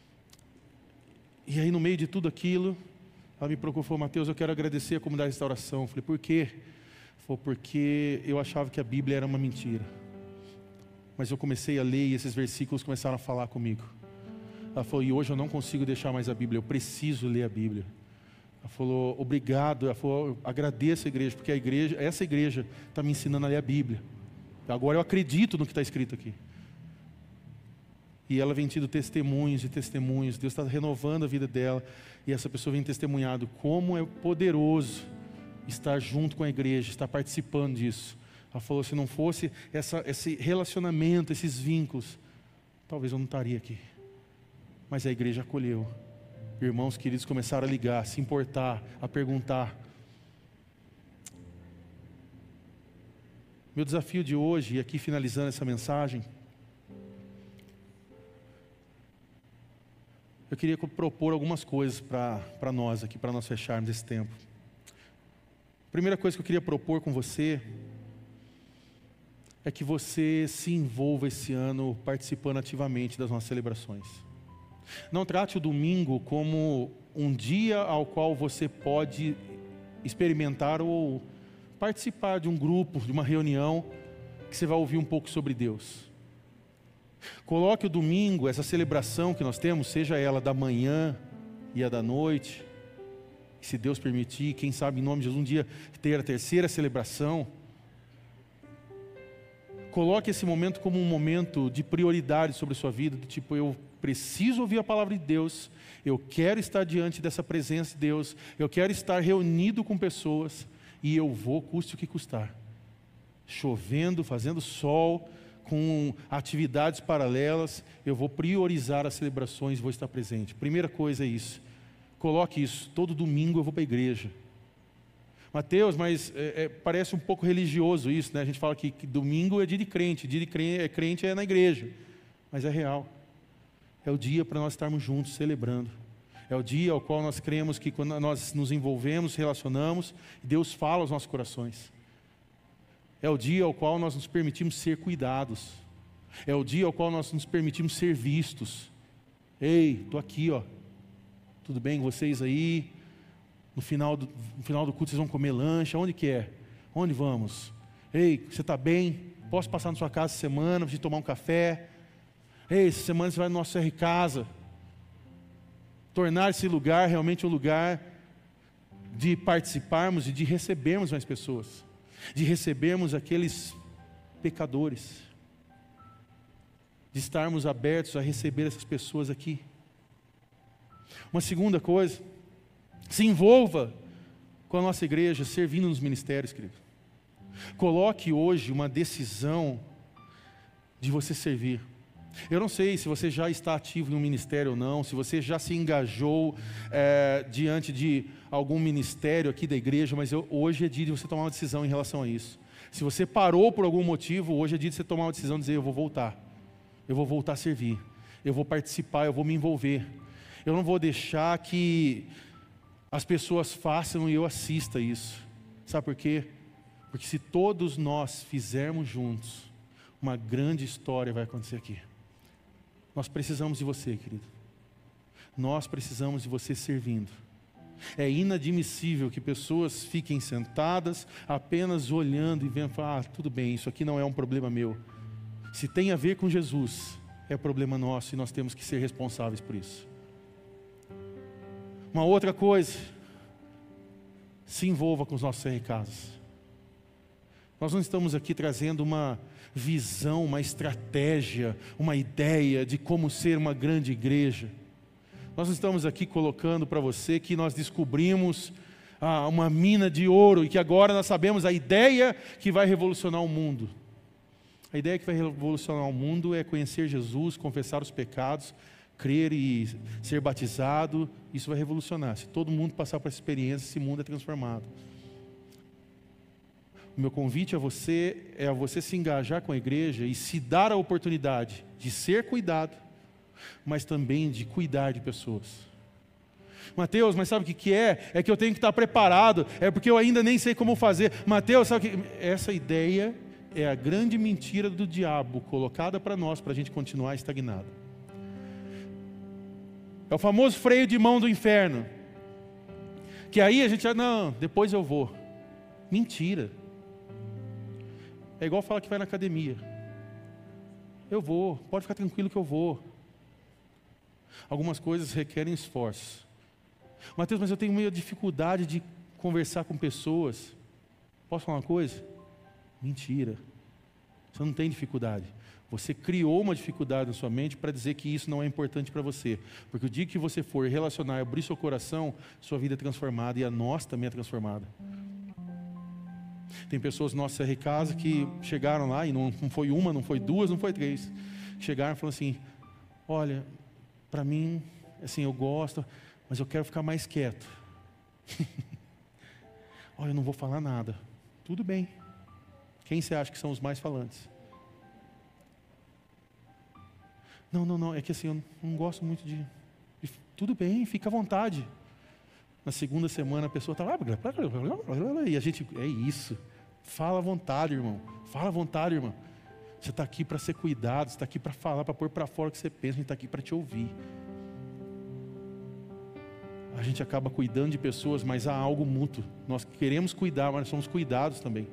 e aí no meio de tudo aquilo, ela me procurou e falou, Mateus, eu quero agradecer a comunidade de restauração. Eu falei, por quê? Falou, porque eu achava que a Bíblia era uma mentira, mas eu comecei a ler e esses versículos começaram a falar comigo. Ela falou, e hoje eu não consigo deixar mais a Bíblia, eu preciso ler a Bíblia. Ela falou, obrigado, ela falou, agradeço a igreja, porque essa igreja está me ensinando a ler a Bíblia. Agora eu acredito no que está escrito aqui. E ela vem tido testemunhos e testemunhos, Deus está renovando a vida dela, e essa pessoa vem testemunhado como é poderoso estar junto com a igreja, estar participando disso. Ela falou, se não fosse esse relacionamento, esses vínculos, talvez eu não estaria aqui. Mas a igreja acolheu. Irmãos queridos começaram a ligar, a se importar, a perguntar. Meu desafio de hoje, e aqui finalizando essa mensagem, eu queria propor algumas coisas para nós aqui, para nós fecharmos esse tempo. A primeira coisa que eu queria propor com você é que você se envolva esse ano participando ativamente das nossas celebrações. Não trate o domingo como um dia ao qual você pode experimentar ou participar de um grupo, de uma reunião, que você vai ouvir um pouco sobre Deus. Coloque o domingo, essa celebração que nós temos, seja ela da manhã e a da noite, se Deus permitir, quem sabe em nome de Jesus, um dia ter a terceira celebração. Coloque esse momento como um momento de prioridade sobre a sua vida, do tipo, eu preciso ouvir a palavra de Deus, eu quero estar diante dessa presença de Deus, eu quero estar reunido com pessoas, e eu vou, custe o que custar. Chovendo, fazendo sol, com atividades paralelas, eu vou priorizar as celebrações, vou estar presente. Primeira coisa é isso. Coloque isso, todo domingo eu vou para a igreja. Mateus, mas parece um pouco religioso isso, né? A gente fala que domingo é dia de crente crente é na igreja. Mas é real. É o dia para nós estarmos juntos, celebrando. É o dia ao qual nós cremos que quando nós nos envolvemos, relacionamos, Deus fala aos nossos corações. É o dia ao qual nós nos permitimos ser cuidados. É o dia ao qual nós nos permitimos ser vistos. Ei, estou aqui, ó. Tudo bem com vocês aí? No final do culto vocês vão comer lanche. Onde que é? Onde vamos? Ei, você está bem? Posso passar na sua casa essa semana para a gente tomar um café? Ei, essa semana você vai no nosso R Casa. Tornar esse lugar realmente um lugar de participarmos e de recebermos mais pessoas. De recebermos aqueles pecadores. De estarmos abertos a receber essas pessoas aqui. Uma segunda coisa, se envolva com a nossa igreja, servindo nos ministérios, querido. Coloque hoje uma decisão de você servir. Eu não sei se você já está ativo em um ministério ou não, se você já se engajou diante de algum ministério aqui da igreja, mas hoje é dia de você tomar uma decisão em relação a isso. Se você parou por algum motivo, hoje é dia de você tomar uma decisão e dizer, eu vou voltar a servir, eu vou participar, eu vou me envolver. Eu não vou deixar que as pessoas façam e eu assista isso. Sabe por quê? Porque se todos nós fizermos juntos, uma grande história vai acontecer aqui. Nós precisamos de você, querido. Nós precisamos de você servindo. É inadmissível que pessoas fiquem sentadas, apenas olhando e vendo, tudo bem, isso aqui não é um problema meu. Se tem a ver com Jesus, é problema nosso e nós temos que ser responsáveis por isso. Uma outra coisa, se envolva com os nossos RCasas. Nós não estamos aqui trazendo uma visão, uma estratégia, uma ideia de como ser uma grande igreja. Nós não estamos aqui colocando para você que nós descobrimos uma mina de ouro e que agora nós sabemos a ideia que vai revolucionar o mundo. A ideia que vai revolucionar o mundo é conhecer Jesus, confessar os pecados, crer e ser batizado. Isso vai revolucionar. Se todo mundo passar por essa experiência, esse mundo é transformado. O meu convite a você é a você se engajar com a igreja e se dar a oportunidade de ser cuidado, mas também de cuidar de pessoas. Mateus, mas sabe o que é? É que eu tenho que estar preparado, é porque eu ainda nem sei como fazer. Mateus, sabe o que? Essa ideia é a grande mentira do diabo colocada para nós, para a gente continuar estagnado. É o famoso freio de mão do inferno. Que aí a gente já, não, depois eu vou. Mentira. É igual falar que vai na academia. Eu vou, pode ficar tranquilo que eu vou. Algumas coisas requerem esforço. Mateus, mas eu tenho meio dificuldade de conversar com pessoas. Posso falar uma coisa? Mentira. Você não tem dificuldade. Você criou uma dificuldade na sua mente para dizer que isso não é importante para você. Porque o dia que você for relacionar, abrir seu coração, sua vida é transformada e a nossa também é transformada. Tem pessoas no nosso CR Casa que chegaram lá, e não foi uma, não foi duas, não foi três. Chegaram e falaram assim, olha, para mim, assim, eu gosto, mas eu quero ficar mais quieto. Olha, eu não vou falar nada. Tudo bem. Quem você acha que são os mais falantes? Não, é que assim, eu não gosto muito de... Tudo bem, fica à vontade. Na segunda semana a pessoa está lá, e a gente, é isso. Fala à vontade, irmão. Fala à vontade, irmão. Você está aqui para ser cuidado, você está aqui para falar, para pôr para fora o que você pensa, a gente está aqui para te ouvir. a gente acaba cuidando de pessoas, mas há algo mútuo. Nós queremos cuidar, mas nós somos cuidados também.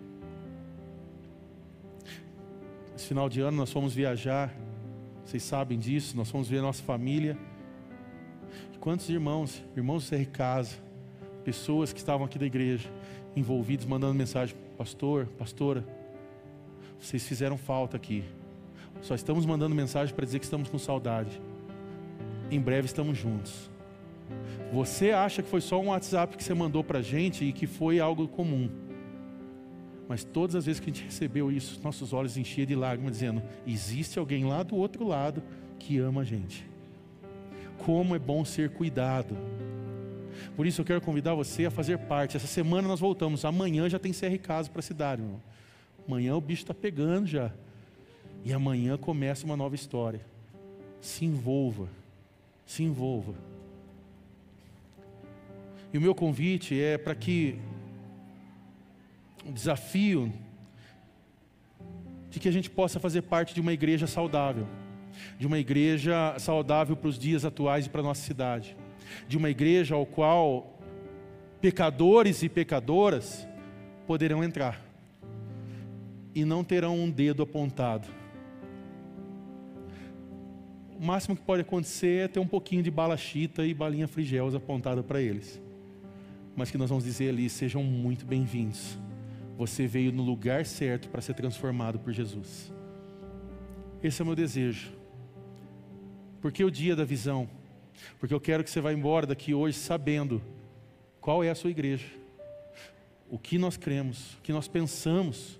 Esse final de ano nós fomos viajar, vocês sabem disso, nós fomos ver a nossa família. E quantos irmãos do CR Casa, pessoas que estavam aqui da igreja, envolvidos, mandando mensagem: pastor, pastora, vocês fizeram falta aqui. Só estamos mandando mensagem para dizer que estamos com saudade. Em breve estamos juntos. Você acha que foi só um WhatsApp que você mandou para a gente e que foi algo comum. Mas todas as vezes que a gente recebeu isso, nossos olhos enchiam de lágrimas, dizendo: existe alguém lá do outro lado que ama a gente. Como é bom ser cuidado. Por isso eu quero convidar você a fazer parte. Essa semana nós voltamos. Amanhã já tem CR Casa para a cidade, irmão. Amanhã o bicho está pegando já. E amanhã começa uma nova história. Se envolva. Se envolva. E o meu convite é para que o desafio de que a gente possa fazer parte de uma igreja saudável. De uma igreja saudável para os dias atuais e para a nossa cidade. De uma igreja ao qual pecadores e pecadoras poderão entrar. E não terão um dedo apontado. O máximo que pode acontecer é ter um pouquinho de bala chita e balinha frigels apontada para eles. Mas que nós vamos dizer ali: sejam muito bem-vindos. Você veio no lugar certo para ser transformado por Jesus. Esse é o meu desejo. Por que o dia da visão? Porque eu quero que você vá embora daqui hoje sabendo qual é a sua igreja. O que nós cremos, o que nós pensamos.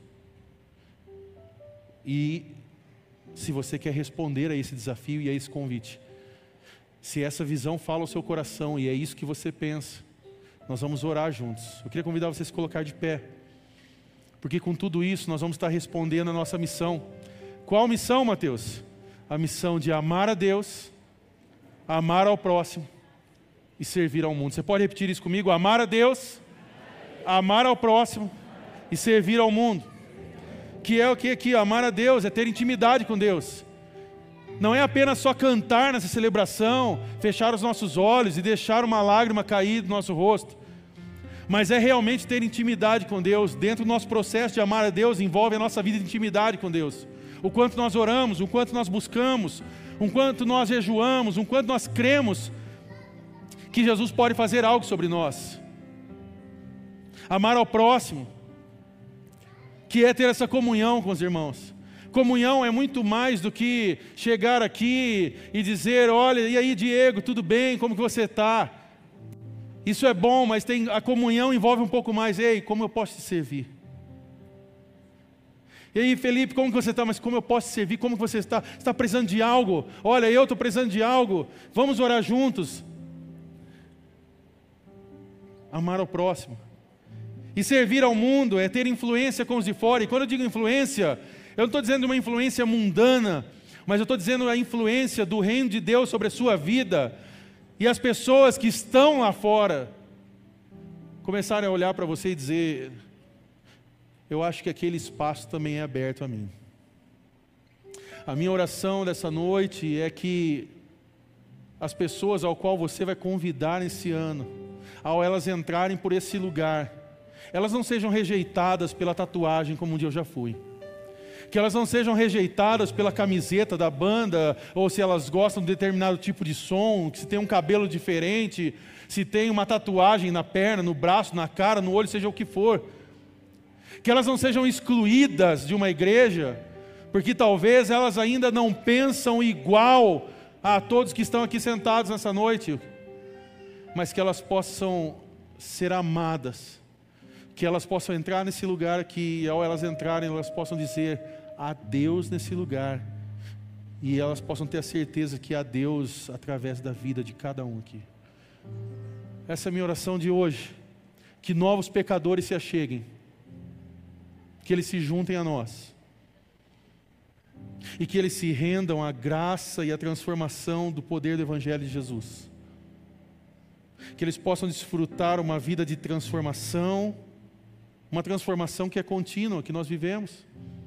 E se você quer responder a esse desafio e a esse convite, se essa visão fala ao seu coração e é isso que você pensa, nós vamos orar juntos. Eu queria convidar você a se colocar de pé, porque com tudo isso nós vamos estar respondendo a nossa missão. Qual missão, Mateus? A missão de amar a Deus, amar ao próximo e servir ao mundo. Você pode repetir isso comigo? Amar a Deus, amar ao próximo e servir ao mundo. Que é o que aqui? Amar a Deus é ter intimidade com Deus. Não é apenas só cantar nessa celebração, fechar os nossos olhos e deixar uma lágrima cair do nosso rosto. Mas é realmente ter intimidade com Deus. Dentro do nosso processo de amar a Deus, envolve a nossa vida de intimidade com Deus. O quanto nós oramos, o quanto nós buscamos, o quanto nós jejuamos, o quanto nós cremos que Jesus pode fazer algo sobre nós. Amar ao próximo, que é ter essa comunhão com os irmãos. Comunhão é muito mais do que chegar aqui e dizer: olha, e aí Diego, tudo bem, como que você está? Isso é bom, mas a comunhão envolve um pouco mais. Ei, como eu posso te servir? E aí Felipe, como que você está? Mas como eu posso te servir? Como que você está? Você está precisando de algo? Olha, eu estou precisando de algo. Vamos orar juntos. Amar ao próximo. E servir ao mundo é ter influência com os de fora. E quando eu digo influência, eu não estou dizendo uma influência mundana, mas eu estou dizendo a influência do reino de Deus sobre a sua vida. E as pessoas que estão lá fora começarem a olhar para você e dizer: eu acho que aquele espaço também é aberto a mim. A minha oração dessa noite é que as pessoas ao qual você vai convidar nesse ano, ao elas entrarem por esse lugar, elas não sejam rejeitadas pela tatuagem como um dia eu já fui. Que elas não sejam rejeitadas pela camiseta da banda, ou se elas gostam de determinado tipo de som, se tem um cabelo diferente, se tem uma tatuagem na perna, no braço, na cara, no olho, seja o que for. Que elas não sejam excluídas de uma igreja, porque talvez elas ainda não pensam igual a todos que estão aqui sentados nessa noite, mas que elas possam ser amadas, que elas possam entrar nesse lugar aqui, e ao elas entrarem, elas possam dizer: há Deus nesse lugar, e elas possam ter a certeza que há Deus através da vida de cada um aqui. Essa é a minha oração de hoje, que novos pecadores se acheguem, que eles se juntem a nós, e que eles se rendam à graça e à transformação do poder do Evangelho de Jesus, que eles possam desfrutar uma vida de transformação, uma transformação que é contínua, que nós vivemos,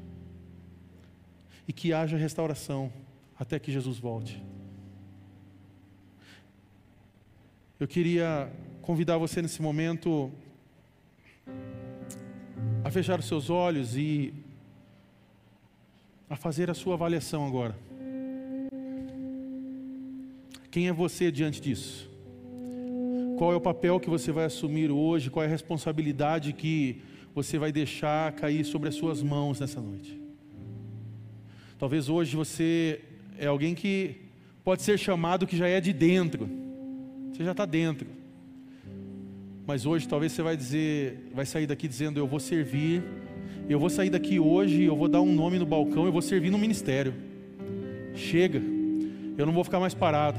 e que haja restauração até que Jesus volte. Eu queria convidar você nesse momento a fechar os seus olhos e a fazer a sua avaliação agora. Quem é você diante disso? Qual é o papel que você vai assumir hoje? Qual é a responsabilidade que você vai deixar cair sobre as suas mãos nessa noite? Talvez hoje você é alguém que pode ser chamado que já é de dentro. Você já está dentro. Mas hoje talvez você vai sair daqui dizendo: eu vou servir, eu vou sair daqui hoje, eu vou dar um nome no balcão, eu vou servir no ministério. Chega, eu não vou ficar mais parado.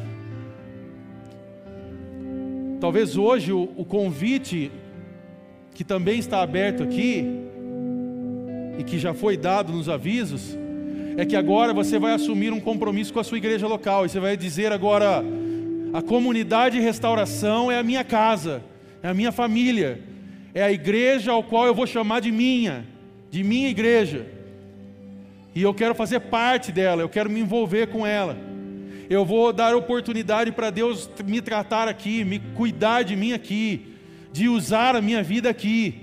Talvez hoje o convite que também está aberto aqui e que já foi dado nos avisos é que agora você vai assumir um compromisso com a sua igreja local e você vai dizer agora: a comunidade de restauração é a minha casa, é a minha família, é a igreja ao qual eu vou chamar de minha igreja, e eu quero fazer parte dela, eu quero me envolver com ela. Eu vou dar oportunidade para Deus me tratar aqui, me cuidar de mim aqui, de usar a minha vida aqui.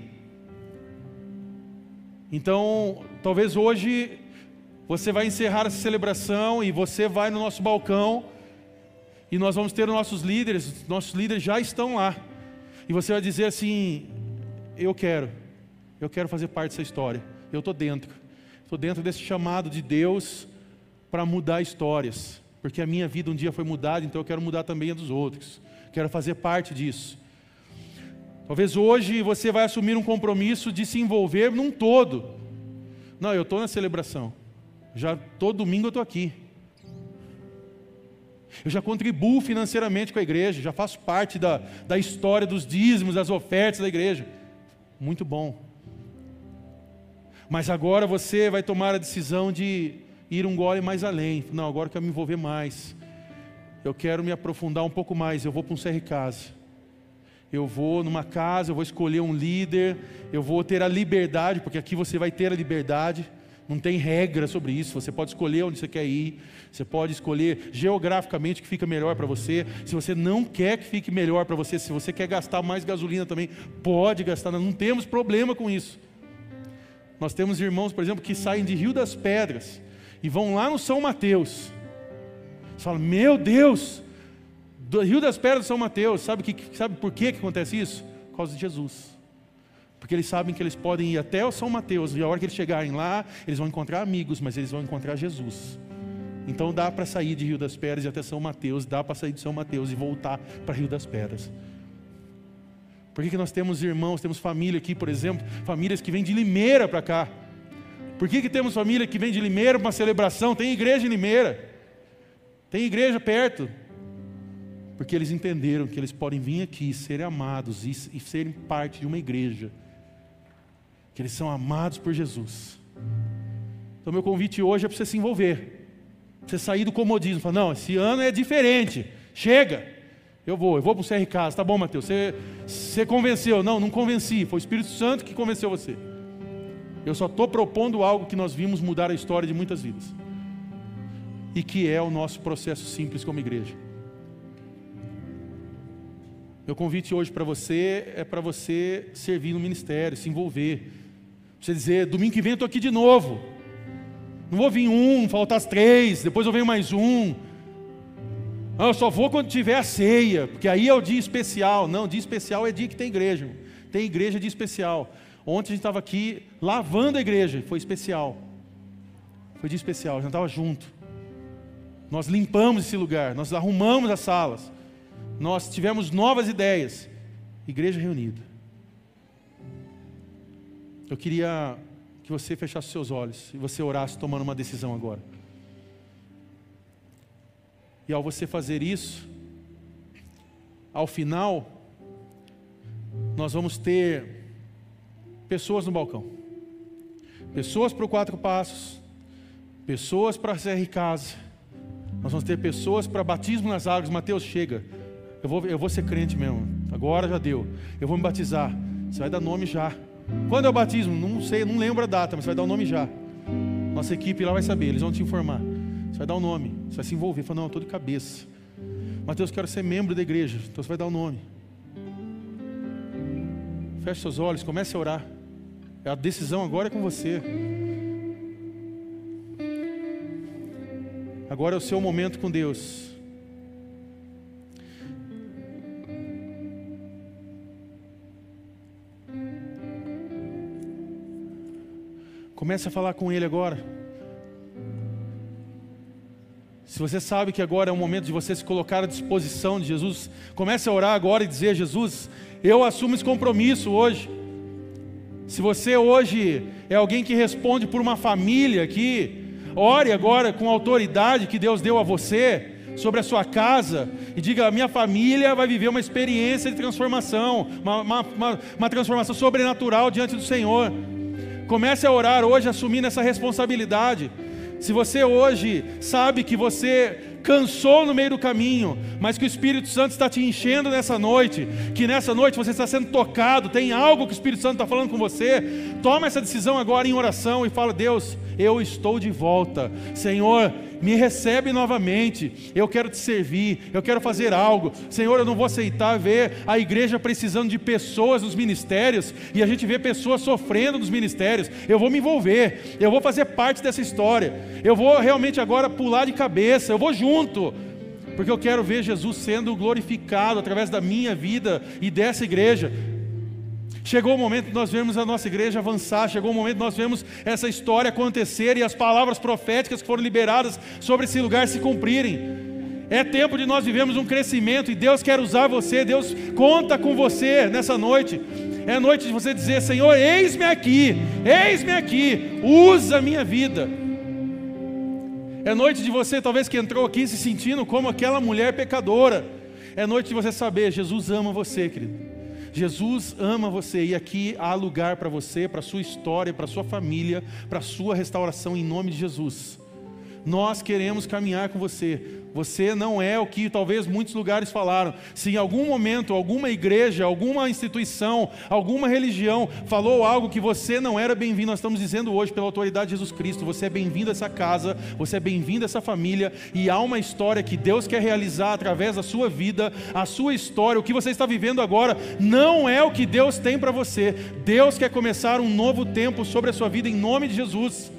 Então, talvez hoje você vai encerrar essa celebração e você vai no nosso balcão e nós vamos ter os nossos líderes já estão lá. E você vai dizer assim: eu quero fazer parte dessa história. Eu estou dentro desse chamado de Deus para mudar histórias. Porque a minha vida um dia foi mudada, então eu quero mudar também a dos outros. Quero fazer parte disso. Talvez hoje você vai assumir um compromisso de se envolver num todo. Não, eu estou na celebração. Já todo domingo eu estou aqui. Eu já contribuo financeiramente com a igreja, já faço parte da história dos dízimos, das ofertas da igreja. Muito bom. Mas agora você vai tomar a decisão de ir um gole mais além. Não, agora eu quero me envolver mais. Eu quero me aprofundar um pouco mais. Eu vou para um CR Casa. Eu vou numa casa, eu vou escolher um líder. Eu vou ter a liberdade, porque aqui você vai ter a liberdade. Não tem regra sobre isso. Você pode escolher onde você quer ir. Você pode escolher geograficamente o que fica melhor para você. Se você não quer que fique melhor para você, se você quer gastar mais gasolina também, pode gastar. Nós não temos problema com isso. Nós temos irmãos, por exemplo, que saem de Rio das Pedras e vão lá no São Mateus. Você fala: meu Deus, do Rio das Pedras do São Mateus. Sabe por que acontece isso? Por causa de Jesus. Porque eles sabem que eles podem ir até o São Mateus, e a hora que eles chegarem lá, eles vão encontrar amigos, mas eles vão encontrar Jesus. Então dá para sair de Rio das Pedras e até São Mateus, dá para sair de São Mateus e voltar para Rio das Pedras. Por que nós temos irmãos, temos família aqui, por exemplo, famílias que vêm de Limeira para cá? Por que temos família que vem de Limeira para uma celebração? Tem igreja em Limeira, tem igreja perto. Porque eles entenderam que eles podem vir aqui, serem amados e serem parte de uma igreja, que eles são amados por Jesus. Então meu convite hoje é para você se envolver, para você sair do comodismo, falar: não, esse ano é diferente, chega, eu vou para o CR Casa. Tá bom, Mateus, você convenceu? Não convenci, foi o Espírito Santo que convenceu você. Eu só estou propondo algo que nós vimos mudar a história de muitas vidas, e que é o nosso processo simples como igreja. Meu convite hoje para você é para você servir no ministério, se envolver. Você dizer: domingo que vem eu estou aqui de novo. Não vou vir faltar as 3, depois eu venho mais um. Não, eu só vou quando tiver a ceia, porque aí é o dia especial. Não, dia especial é dia que tem igreja. Tem igreja dia especial. Ontem a gente estava aqui lavando a igreja, foi especial. Foi dia especial, a gente estava junto. Nós limpamos esse lugar, nós arrumamos as salas. Nós tivemos novas ideias. Igreja reunida. Eu queria que você fechasse seus olhos e você orasse tomando uma decisão agora. E ao você fazer isso, ao final, nós vamos ter pessoas no balcão. Pessoas para o 4 Passos, pessoas para a CR Casa. Nós vamos ter pessoas para batismo nas águas. Mateus, chega. Eu vou ser crente mesmo. Agora já deu. Eu vou me batizar. Você vai dar nome já. Quando é o batismo? Não sei, não lembro a data, mas você vai dar o nome já. Nossa equipe lá vai saber, eles vão te informar. Você vai dar o nome, você vai se envolver. Fala: não, eu estou de cabeça. Mateus, quero ser membro da igreja. Então você vai dar o nome. Feche seus olhos, comece a orar. A decisão agora é com você. Agora é o seu momento com Deus. Comece a falar com Ele agora. Se você sabe que agora é o momento de você se colocar à disposição de Jesus, comece a orar agora e dizer: Jesus, eu assumo esse compromisso hoje. Se você hoje é alguém que responde por uma família aqui, ore agora com a autoridade que Deus deu a você sobre a sua casa e diga: a minha família vai viver uma experiência de transformação, uma transformação sobrenatural diante do Senhor. Comece a orar hoje assumindo essa responsabilidade. Se você hoje sabe que você cansou no meio do caminho, mas que o Espírito Santo está te enchendo nessa noite, que nessa noite você está sendo tocado, tem algo que o Espírito Santo está falando com você, toma essa decisão agora em oração e fala: Deus, eu estou de volta. Senhor, me recebe novamente. Eu quero te servir, eu quero fazer algo. Senhor, eu não vou aceitar ver a igreja precisando de pessoas nos ministérios e a gente vê pessoas sofrendo nos ministérios. Eu vou me envolver, eu vou fazer parte dessa história. Eu vou realmente agora pular de cabeça, eu vou junto, porque eu quero ver Jesus sendo glorificado através da minha vida e dessa igreja. Chegou o momento de nós vermos a nossa igreja avançar, chegou o momento de nós vermos essa história acontecer e as palavras proféticas que foram liberadas sobre esse lugar se cumprirem. É tempo de nós vivermos um crescimento e Deus quer usar você, Deus conta com você nessa noite. É noite de você dizer: Senhor, eis-me aqui, usa a minha vida. É noite de você, talvez, que entrou aqui se sentindo como aquela mulher pecadora. É noite de você saber: Jesus ama você, querido. Jesus ama você e aqui há lugar para você, para a sua história, para a sua família, para a sua restauração em nome de Jesus. Nós queremos caminhar com você. Você não é o que talvez muitos lugares falaram. Se em algum momento, alguma igreja, alguma instituição, alguma religião falou algo que você não era bem-vindo, nós estamos dizendo hoje pela autoridade de Jesus Cristo: você é bem-vindo a essa casa, você é bem-vindo a essa família, e há uma história que Deus quer realizar através da sua vida, a sua história. O que você está vivendo agora não é o que Deus tem para você. Deus quer começar um novo tempo sobre a sua vida em nome de Jesus.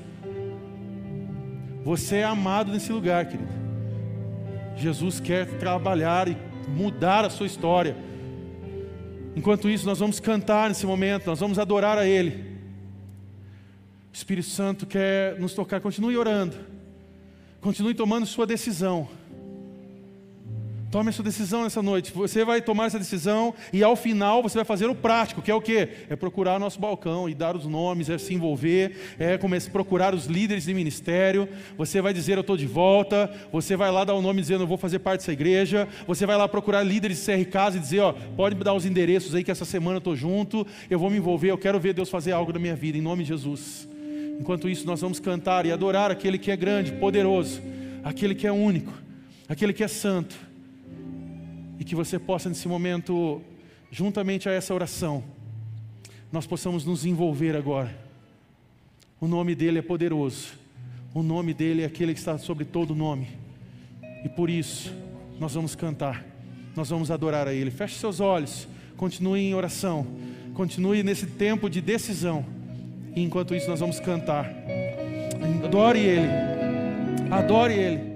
Você é amado nesse lugar, querido. Jesus quer trabalhar e mudar a sua história. Enquanto isso, nós vamos cantar nesse momento, nós vamos adorar a Ele. O Espírito Santo quer nos tocar. Continue orando, continue tomando sua decisão. Tome a sua decisão nessa noite. Você vai tomar essa decisão e ao final você vai fazer o prático, que é o quê? É procurar nosso balcão e dar os nomes, é se envolver, é começar a procurar os líderes de ministério. Você vai dizer: eu estou de volta. Você vai lá dar o nome dizendo: eu vou fazer parte dessa igreja. Você vai lá procurar líderes de CR Casa e dizer: ó, pode me dar os endereços aí que essa semana eu estou junto. Eu vou me envolver, eu quero ver Deus fazer algo na minha vida, em nome de Jesus. Enquanto isso, nós vamos cantar e adorar aquele que é grande, poderoso, aquele que é único, aquele que é santo. E que você possa nesse momento, juntamente a essa oração, nós possamos nos envolver agora. O nome dEle é poderoso, o nome dEle é aquele que está sobre todo nome. E por isso, nós vamos cantar, nós vamos adorar a Ele. Feche seus olhos, continue em oração, continue nesse tempo de decisão. E enquanto isso nós vamos cantar. Adore Ele, adore Ele.